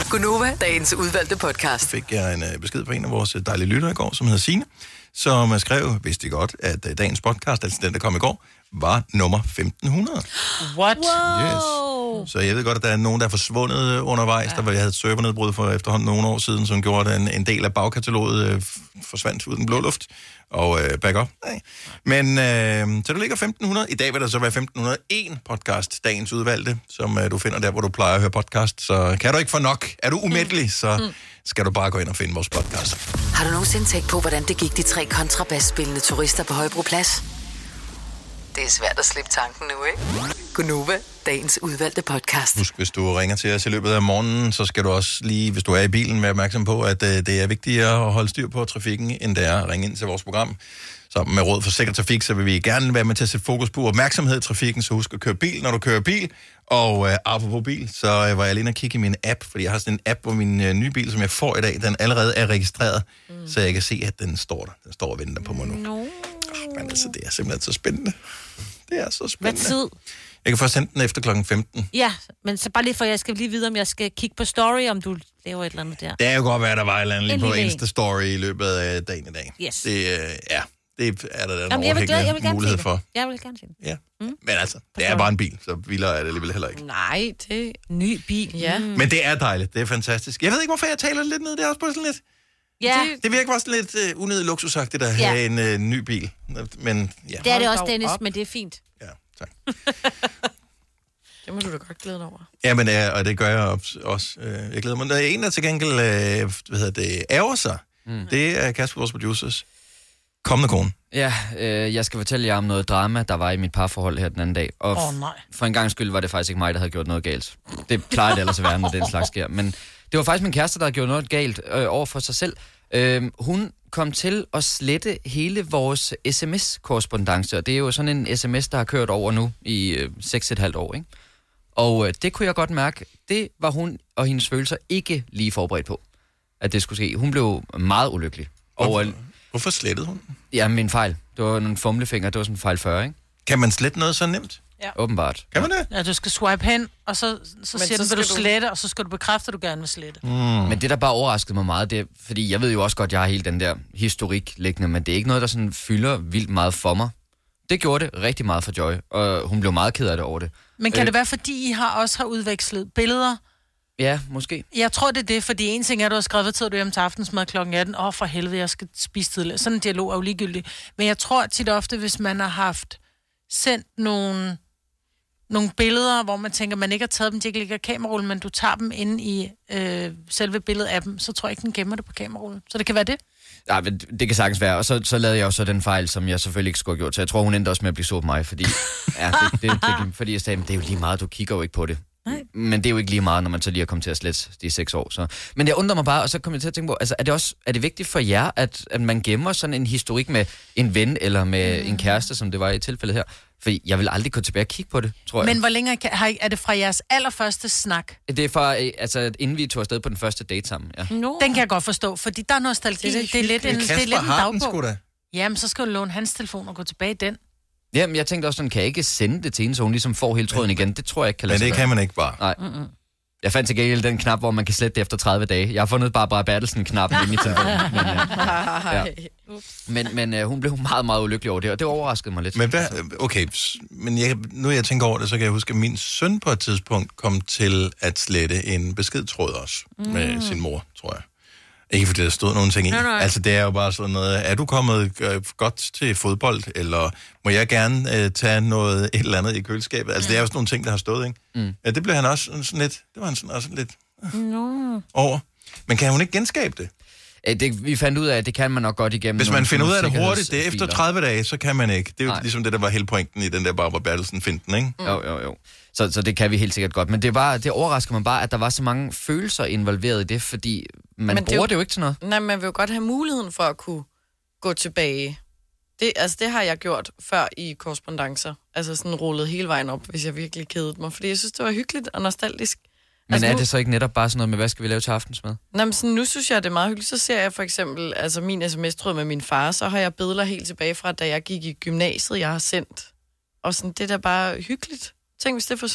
Gunova, dagens udvalgte podcast. Fik jeg en uh, besked på en af vores dejlige lyttere i går, som hedder Signe, som skrev, vidste I godt, at uh, dagens podcast, altså den, der kom i går, var nummer femten hundrede. What? Yes. Så jeg ved godt, at der er nogen, der er forsvundet undervejs. Ja. Der var, jeg havde et servernedbrud for efterhånden nogle år siden, som gjorde, at en, en del af bagkataloget øh, forsvandt ud i den blå luft. Og øh, back up. Nej. Men øh, så der ligger femten hundrede. I dag vil der så være femten hundrede og en podcast, dagens udvalgte, som øh, du finder der, hvor du plejer at høre podcast. Så kan du ikke få nok, er du umættelig, så skal du bare gå ind og finde vores podcast. Har du nogensinde tænkt på, hvordan det gik de tre kontrabasspillende turister på Højbroplads? Det er svært at slippe tanken nu, ikke? Gunova, dagens udvalgte podcast. Husk, hvis du ringer til os i løbet af morgenen, så skal du også lige, hvis du er i bilen, være opmærksom på, at uh, det er vigtigere at holde styr på trafikken, end det er at ringe ind til vores program. Sammen med Råd for Sikker Trafik, så vil vi gerne være med til at sætte fokus på opmærksomhed i trafikken, så husk at køre bil, når du kører bil. Og uh, apropos bil, så uh, var jeg lige og kigge i min app, fordi jeg har sådan en app, hvor min uh, nye bil, som jeg får i dag, den allerede er registreret, mm. så jeg kan se, at den står der. Den står og venter på mig nu. No. Oh, men altså, det er simpelthen så spændende. Det er så spændende. Hvad tid? Jeg kan først hente den efter klokken femten. Ja, men så bare lige for, jeg skal lige vide, om jeg skal kigge på story, om du laver et eller andet der. Det er jo godt være, at der var et eller andet lige på Insta-story i løbet af dagen i dag. Yes. Det, øh, ja, det er der en Jamen, jeg vil, jeg vil mulighed for. Jeg vil gerne se det. Ja, mm. Men altså, det er bare en bil, så vildere er det alligevel heller ikke. Nej, det er ny bil. Ja. Mm. Men det er dejligt, det er fantastisk. Jeg ved ikke, hvorfor jeg taler lidt ned, det er også på sådan lidt... Ja. Det, det virker bare sådan lidt uh, unødigt luksusagtigt at have ja. en uh, ny bil. Men, ja. Det er det også, Dennis, men det er fint. Ja, tak. Det må du da godt glæde dig over. Ja, men, uh, og det gør jeg også. Uh, jeg glæder mig. Der er en, der til gengæld uh, hvad hedder det, ærger sig. Mm. Det er Kasper, vores producers kommende kone. Ja, øh, jeg skal fortælle jer om noget drama, der var i mit parforhold her den anden dag. Og Åh, oh, nej. for en gang skyld var det faktisk ikke mig, der havde gjort noget galt. Det plejer det ellers at være, når den slags sker. Men det var faktisk min kæreste, der havde gjort noget galt øh, over for sig selv. Øh, hun kom til at slette hele vores sms-korrespondance, og det er jo sådan en sms, der har kørt over nu i øh, seks og et halvt år, ikke? Og øh, det kunne jeg godt mærke, det var hun og hendes følelser ikke lige forberedt på, at det skulle ske. Hun blev meget ulykkelig. Hvorfor, og, hvorfor slettede hun? Ja, min fejl. Det var nogle fumlefinger, det var sådan en fejl fyrre, ikke? Kan man slette noget så nemt? Ja. Åbenbart. Kan man det? Ja, du skal swipe hen, og så, så siger så den, vil du skal du- slette, og så skal du bekræfte, at du gerne vil slette. Mm. Men det, der bare overraskede mig meget, det er, fordi jeg ved jo også godt, jeg har hele den der historik liggende, men det er ikke noget, der sådan fylder vildt meget for mig. Det gjorde det rigtig meget for Joy, og hun blev meget ked af det over det. Men kan Øh, det være, fordi I har også har udvekslet billeder? Ja, måske. Jeg tror, det er det, fordi en ting er, at du har skrevet, hvad tid er du hjemme til aftensmad klokken atten. Åh, oh, for helvede, jeg skal spise tidligere. Sådan en dialog er jo ligegyldig. Men jeg tror tit ofte, hvis man har haft sendt nogle, nogle billeder, hvor man tænker, man ikke har taget dem, de ikke ligger i kamerarullen, men du tager dem inde i øh, selve billedet af dem, så tror jeg ikke, den gemmer det på kamerarullen. Så det kan være det. Nej, men det kan sagtens være. Og så, så lavede jeg også den fejl, som jeg selvfølgelig ikke skulle have gjort. Så jeg tror, hun endte også med at blive så på mig, fordi, ja, det, det, det, fordi jeg sagde, det er jo lige meget, du kigger jo ikke på det. Nej. Men det er jo ikke lige meget, når man så lige er kommet til at slette de seks år. Så. Men jeg undrer mig bare, og så kommer jeg til at tænke på, altså, er det også er det vigtigt for jer, at, at man gemmer sådan en historik med en ven eller med mm. en kæreste, som det var i tilfældet her? Fordi jeg vil aldrig gå tilbage og kigge på det, tror jeg. Men hvor længe kan- har I- er det fra jeres allerførste snak? Det er fra, øh, altså, inden vi tog afsted på den første date sammen, ja. No. Den kan jeg godt forstå, fordi der er nostalgi. Det er, det er lidt en, det er lidt en dagbog. Jamen, så skal du låne hans telefon og gå tilbage i den. Jamen, jeg tænkte også sådan, kan jeg ikke sende det til hende, så hun ligesom får hele tråden igen? Det tror jeg ikke kan lade Men sig det gøre. kan man ikke bare. Nej. Mm-mm. Jeg fandt til gengæld den knap, hvor man kan slette det efter tredive dage. Jeg har fundet Barbara Bertelsen-knappen i mit telefon. Men, ja. Ja. men, men uh, hun blev meget, meget ulykkelig over det, og det overraskede mig lidt. Men hvad, okay, s- men jeg, nu jeg tænker over det, så kan jeg huske, at min søn på et tidspunkt kom til at slette en beskedtråd også mm. med sin mor, tror jeg. Ikke fordi der stod nogen ting i. Nej, nej. Altså det er jo bare sådan noget, er du kommet øh, godt til fodbold, eller må jeg gerne øh, tage noget et eller andet i køleskabet? Altså det er jo sådan nogle ting, der har stået, ikke? Mm. Ja, det blev han også sådan lidt, det var han sådan, også lidt No. over. Men kan hun ikke genskabe det? Øh, det? Vi fandt ud af, at det kan man nok godt igennem. Hvis man nogle finder ud af det sikkerheds- hurtigt, det er efter filer. tredive dage, så kan man ikke. Det er jo Nej. ligesom det, der var hele pointen i den der Barbara Bertelsen-finten, ikke? Jo, jo, jo. Så, så det kan vi helt sikkert godt. Men det, var, det overrasker mig bare, at der var så mange følelser involveret i det, fordi man Men bruger det jo, det jo ikke til noget. Nej, man vil jo godt have muligheden for at kunne gå tilbage. Det, altså, det har jeg gjort før i korrespondancer. Altså sådan rullet hele vejen op, hvis jeg virkelig kedede mig. Fordi jeg synes, det var hyggeligt og nostalgisk. Men altså, er nu, det så ikke netop bare sådan noget med, hvad skal vi lave til aftensmad? nej, men sådan, nu synes jeg, det er meget hyggeligt. Så ser jeg for eksempel altså min sms-tråd med min far, så har jeg billeder helt tilbage fra, da jeg gik i gymnasiet, jeg har sendt. Og sådan, det er da bare hyggeligt. Tænk, hvis det forsvandt.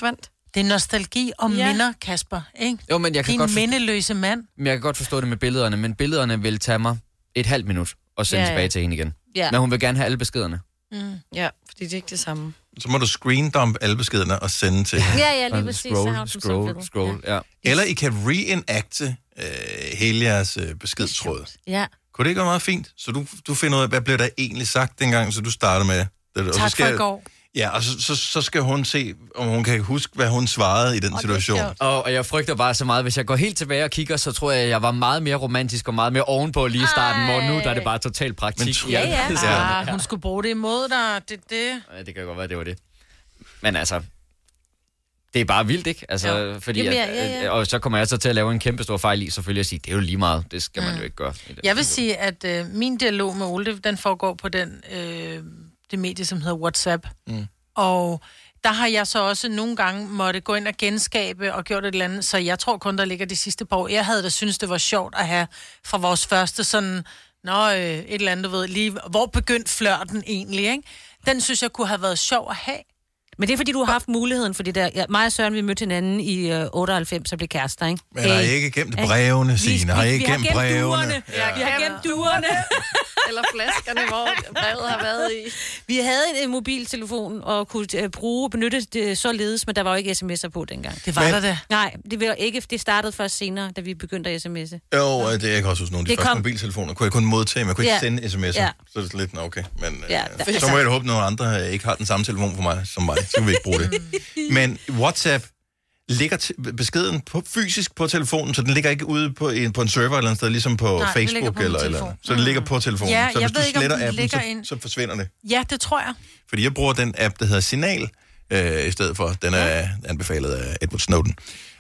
Det er nostalgi og Ja. minder, Kasper, ikke? Jo, men jeg kan Din godt forstå- mindeløse mand. Men jeg kan godt forstå det med billederne, men billederne vil tage mig et halvt minut og sende Ja, ja, ja. tilbage til hende igen. Ja. Men hun vil gerne have alle beskederne. Mm. Ja, fordi det er ikke det samme. Så må du screendump alle beskederne og sende til hende. Ja, ja, lige Og præcis. Så Scroll, har hun dem scroll, så scroll, ja. Eller I kan reenacte øh, hele jeres øh, beskedstråd. Ja. Kunne det ikke være meget fint? Så du, du finder ud af, hvad blev der egentlig sagt dengang, så du starter med det. Og så Tak skal, for i går. Ja, og så, så, så skal hun se, om hun kan huske, hvad hun svarede i den situation. Og, og jeg frygter bare så meget, hvis jeg går helt tilbage og kigger, så tror jeg, jeg var meget mere romantisk og meget mere ovenpå lige i starten, hvor nu der er det bare total praktik. Men, Ja, ja. ja. Ah, hun skulle bruge det imod dig. Det, det. Ja, det kan godt være, det var det. Men altså, det er bare vildt, ikke? Altså, Jo. fordi Jamen, at, ja, ja, ja. Og så kommer jeg så til at lave en kæmpe stor fejl i, selvfølgelig at sige, det er jo lige meget, det skal man Mm. jo ikke gøre. i det. Jeg vil sige, at øh, min dialog med Ole, den foregår på den, øh, det medie, som hedder WhatsApp. Mm. Og der har jeg så også nogle gange måtte gå ind og genskabe og gjort et eller andet, så jeg tror kun, der ligger de sidste par år. Jeg havde da synes det var sjovt at have fra vores første sådan, nå, øh, et eller andet, du ved, lige, hvor begyndte flirten egentlig, ikke? Den synes jeg kunne have været sjov at have. Men det er, fordi du har haft muligheden for det der. Ja, mig og Søren, vi mødte hinanden i øh, otteoghalvfems og blev kærester, ikke? Men har I ikke gemt brevene, Signe? Har I ikke gemt brevene? Duerne. Ja. Vi har gemt duerne. Eller flaskerne, hvor brevet har været i. Vi havde en, en mobiltelefon og kunne øh, bruge benytte det således, men der var jo ikke sms'er på dengang. Det var Men- der det. Nej, det, var ikke, det startede først senere, da vi begyndte at sms'e. Jo, det jeg kan også huske nogle af de Det første kom- mobiltelefoner. Kunne jeg kun modtage, men jeg kunne ikke Ja. sende sms'er. Ja. Så er det sådan lidt, nå, okay. Men Ja, øh, der- så må jeg da håbe, at nogle andre øh, ikke har den samme telefon for mig, som mig. Så kan vi ikke bruge det. Men WhatsApp ligger t- beskeden på, fysisk på telefonen, så den ligger ikke ude på en, på en server eller andet sted, ligesom på Nej, den ligger Facebook på min eller eller telefon. andet. Så den ligger på telefonen. Ja, så jeg hvis ved du ikke, om sletter den appen, så, ligger ind. så forsvinder det. Ja, det tror jeg. Fordi jeg bruger den app, der hedder Signal, øh, i stedet for. Den er anbefalet af Edward Snowden.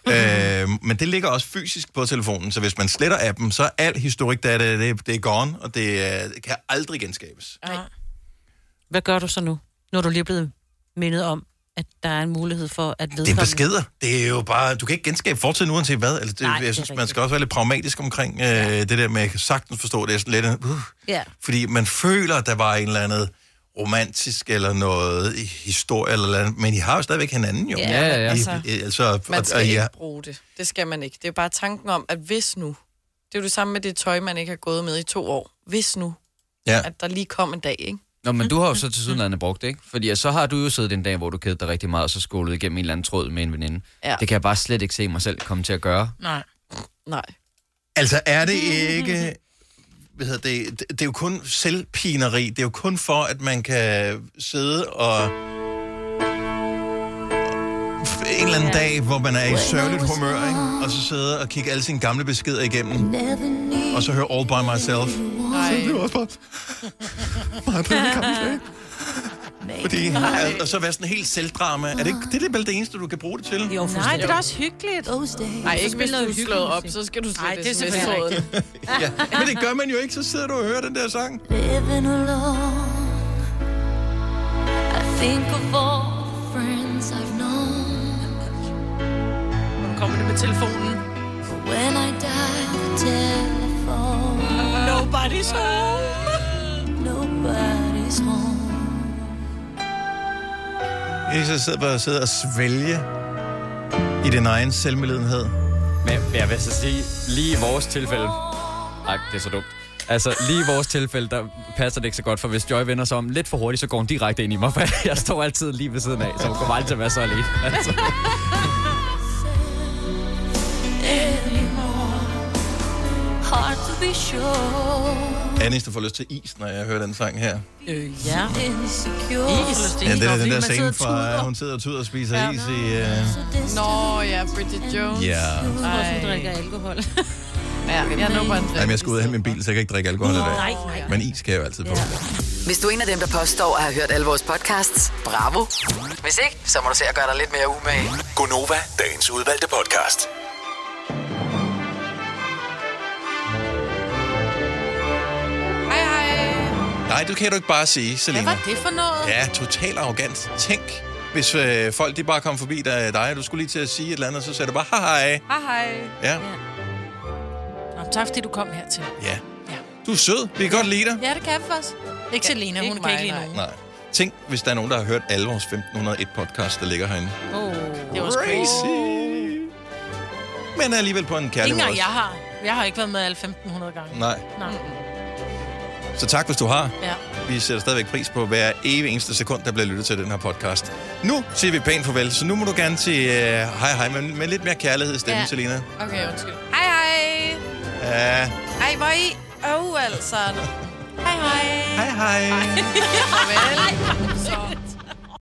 øh, men det ligger også fysisk på telefonen, så hvis man sletter appen, så er al historik, der er det, det, det er gone, og det, er, det kan aldrig genskabes. Nej. Hvad gør du så nu, når du lige er blevet mindet om, at der er en mulighed for at vedkommende... Det er beskeder. Det er jo bare... Du kan ikke genskabe fortiden uanset hvad. Altså, det, Nej, jeg det er synes, man rigtigt. skal også være lidt pragmatisk omkring øh, det der med, jeg kan sagtens forstå det. Er sådan lidt, uh, Ja. fordi man føler, at der var en eller andet romantisk eller noget i historie eller noget, men I har jo stadigvæk hinanden jo. Ja, ja, ja. I, Altså, I, altså, Man skal og, og, ikke ja, bruge det. Det skal man ikke. Det er bare tanken om, at hvis nu... Det er jo det samme med det tøj, man ikke har gået med i to år. Hvis nu, ja. at der lige kom en dag, ikke? Nå, men du har jo så til sydenlandet brugt det, ikke? Fordi så har du jo siddet en dag, hvor du kedede dig rigtig meget, og så skålet igennem en eller anden tråd med en veninde. Ja. Det kan jeg bare slet ikke se mig selv komme til at gøre. Nej. Nej. Altså er det ikke... Hvad hedder det, det, det er jo kun selvpineri. Det er jo kun for, at man kan sidde og... En eller anden dag, hvor man er i sørgeligt humør, ikke? Og så sidde og kigge alle sine gamle beskeder igennem. Og så høre All By Myself. Nej. Så det er også bare... Meget på den gamle dag. Fordi, og så være sådan helt selvdrama. Er det ikke det, er vel det eneste, du kan bruge det til? Jo, nej, det er da også hyggeligt. Nej, ikke hvis du er slået op, så skal du slet Nej, det er S M S selvfølgelig tråden. Ja, men det gør man jo ikke, så sidder du og hører den der sang. Living alone, I think of all the friends I've known. Nu kommer det med telefonen. When I dial the telephone, Nobody's home. Nobody's home. Jeg så sidder bare og sidder og svælge i din egen selvmedlidenhed. Men jeg vil så sige, lige i vores tilfælde... Nej, det er så dumt. Altså, lige i vores tilfælde, der passer det ikke så godt, for hvis Joy vender sig om lidt for hurtigt, så går hun direkte ind i mig, for jeg står altid lige ved siden af, så hun kommer aldrig til at være så alene. Altså. Hard to be sure. Anis, der får lyst til is, når jeg hører den sang her. Øh, ja. Insecure. Ja, det er den der scene fra, hun sidder og tuder og spiser ja. is i... Uh... Nå, ja, Bridget Jones. Ja. Ej. Hun drikker alkohol. Ja, jeg når bare en drink. Jamen, jeg skal ud og hente min bil, så jeg kan ikke drikke alkohol i dag. Nej, nej. Men is kan jeg jo altid få. Ja. Hvis du er en af dem, der påstår at have hørt alle vores podcasts, bravo. Hvis ikke, så må du se at gøre dig lidt mere umage. Gonova, dagens udvalgte podcast. Hej, hej. Nej, det kan du ikke bare sige, Selina. Hvad var det for noget? Ja, total arrogant. Tænk, hvis øh, folk de bare kom forbi dig, dig, du skulle lige til at sige et eller andet, så sagde du bare, hej hej. Hej, hej. Ja. Nå, tak fordi du kom hertil. Ja. Du er sød. Vi kan godt lide dig. Ja, det kan vi faktisk. Ikke Selena, hun ikke kan mig, ikke lide nej. nogen. Nej. Tænk, hvis der er nogen, der har hørt alle vores femten hundrede og en podcast, der ligger herinde. Oh, det var crazy. Men alligevel på en kærlig Ingen måde. gang jeg har. Jeg har ikke været med alle femten hundrede gange. Nej. Nej. Så tak, hvis du har. Ja. Vi sætter stadigvæk pris på hver evig eneste sekund, der bliver lyttet til den her podcast. Nu siger vi pænt farvel, så nu må du gerne sige uh, hej hej, men med lidt mere kærlighed i stemmen, Ja. Selina. Okay, undskyld. Hej, hej. Ja. Hej, hvor er I? Åh, oh, altså. Hej, hej. Hej, hej. Farvel. Så.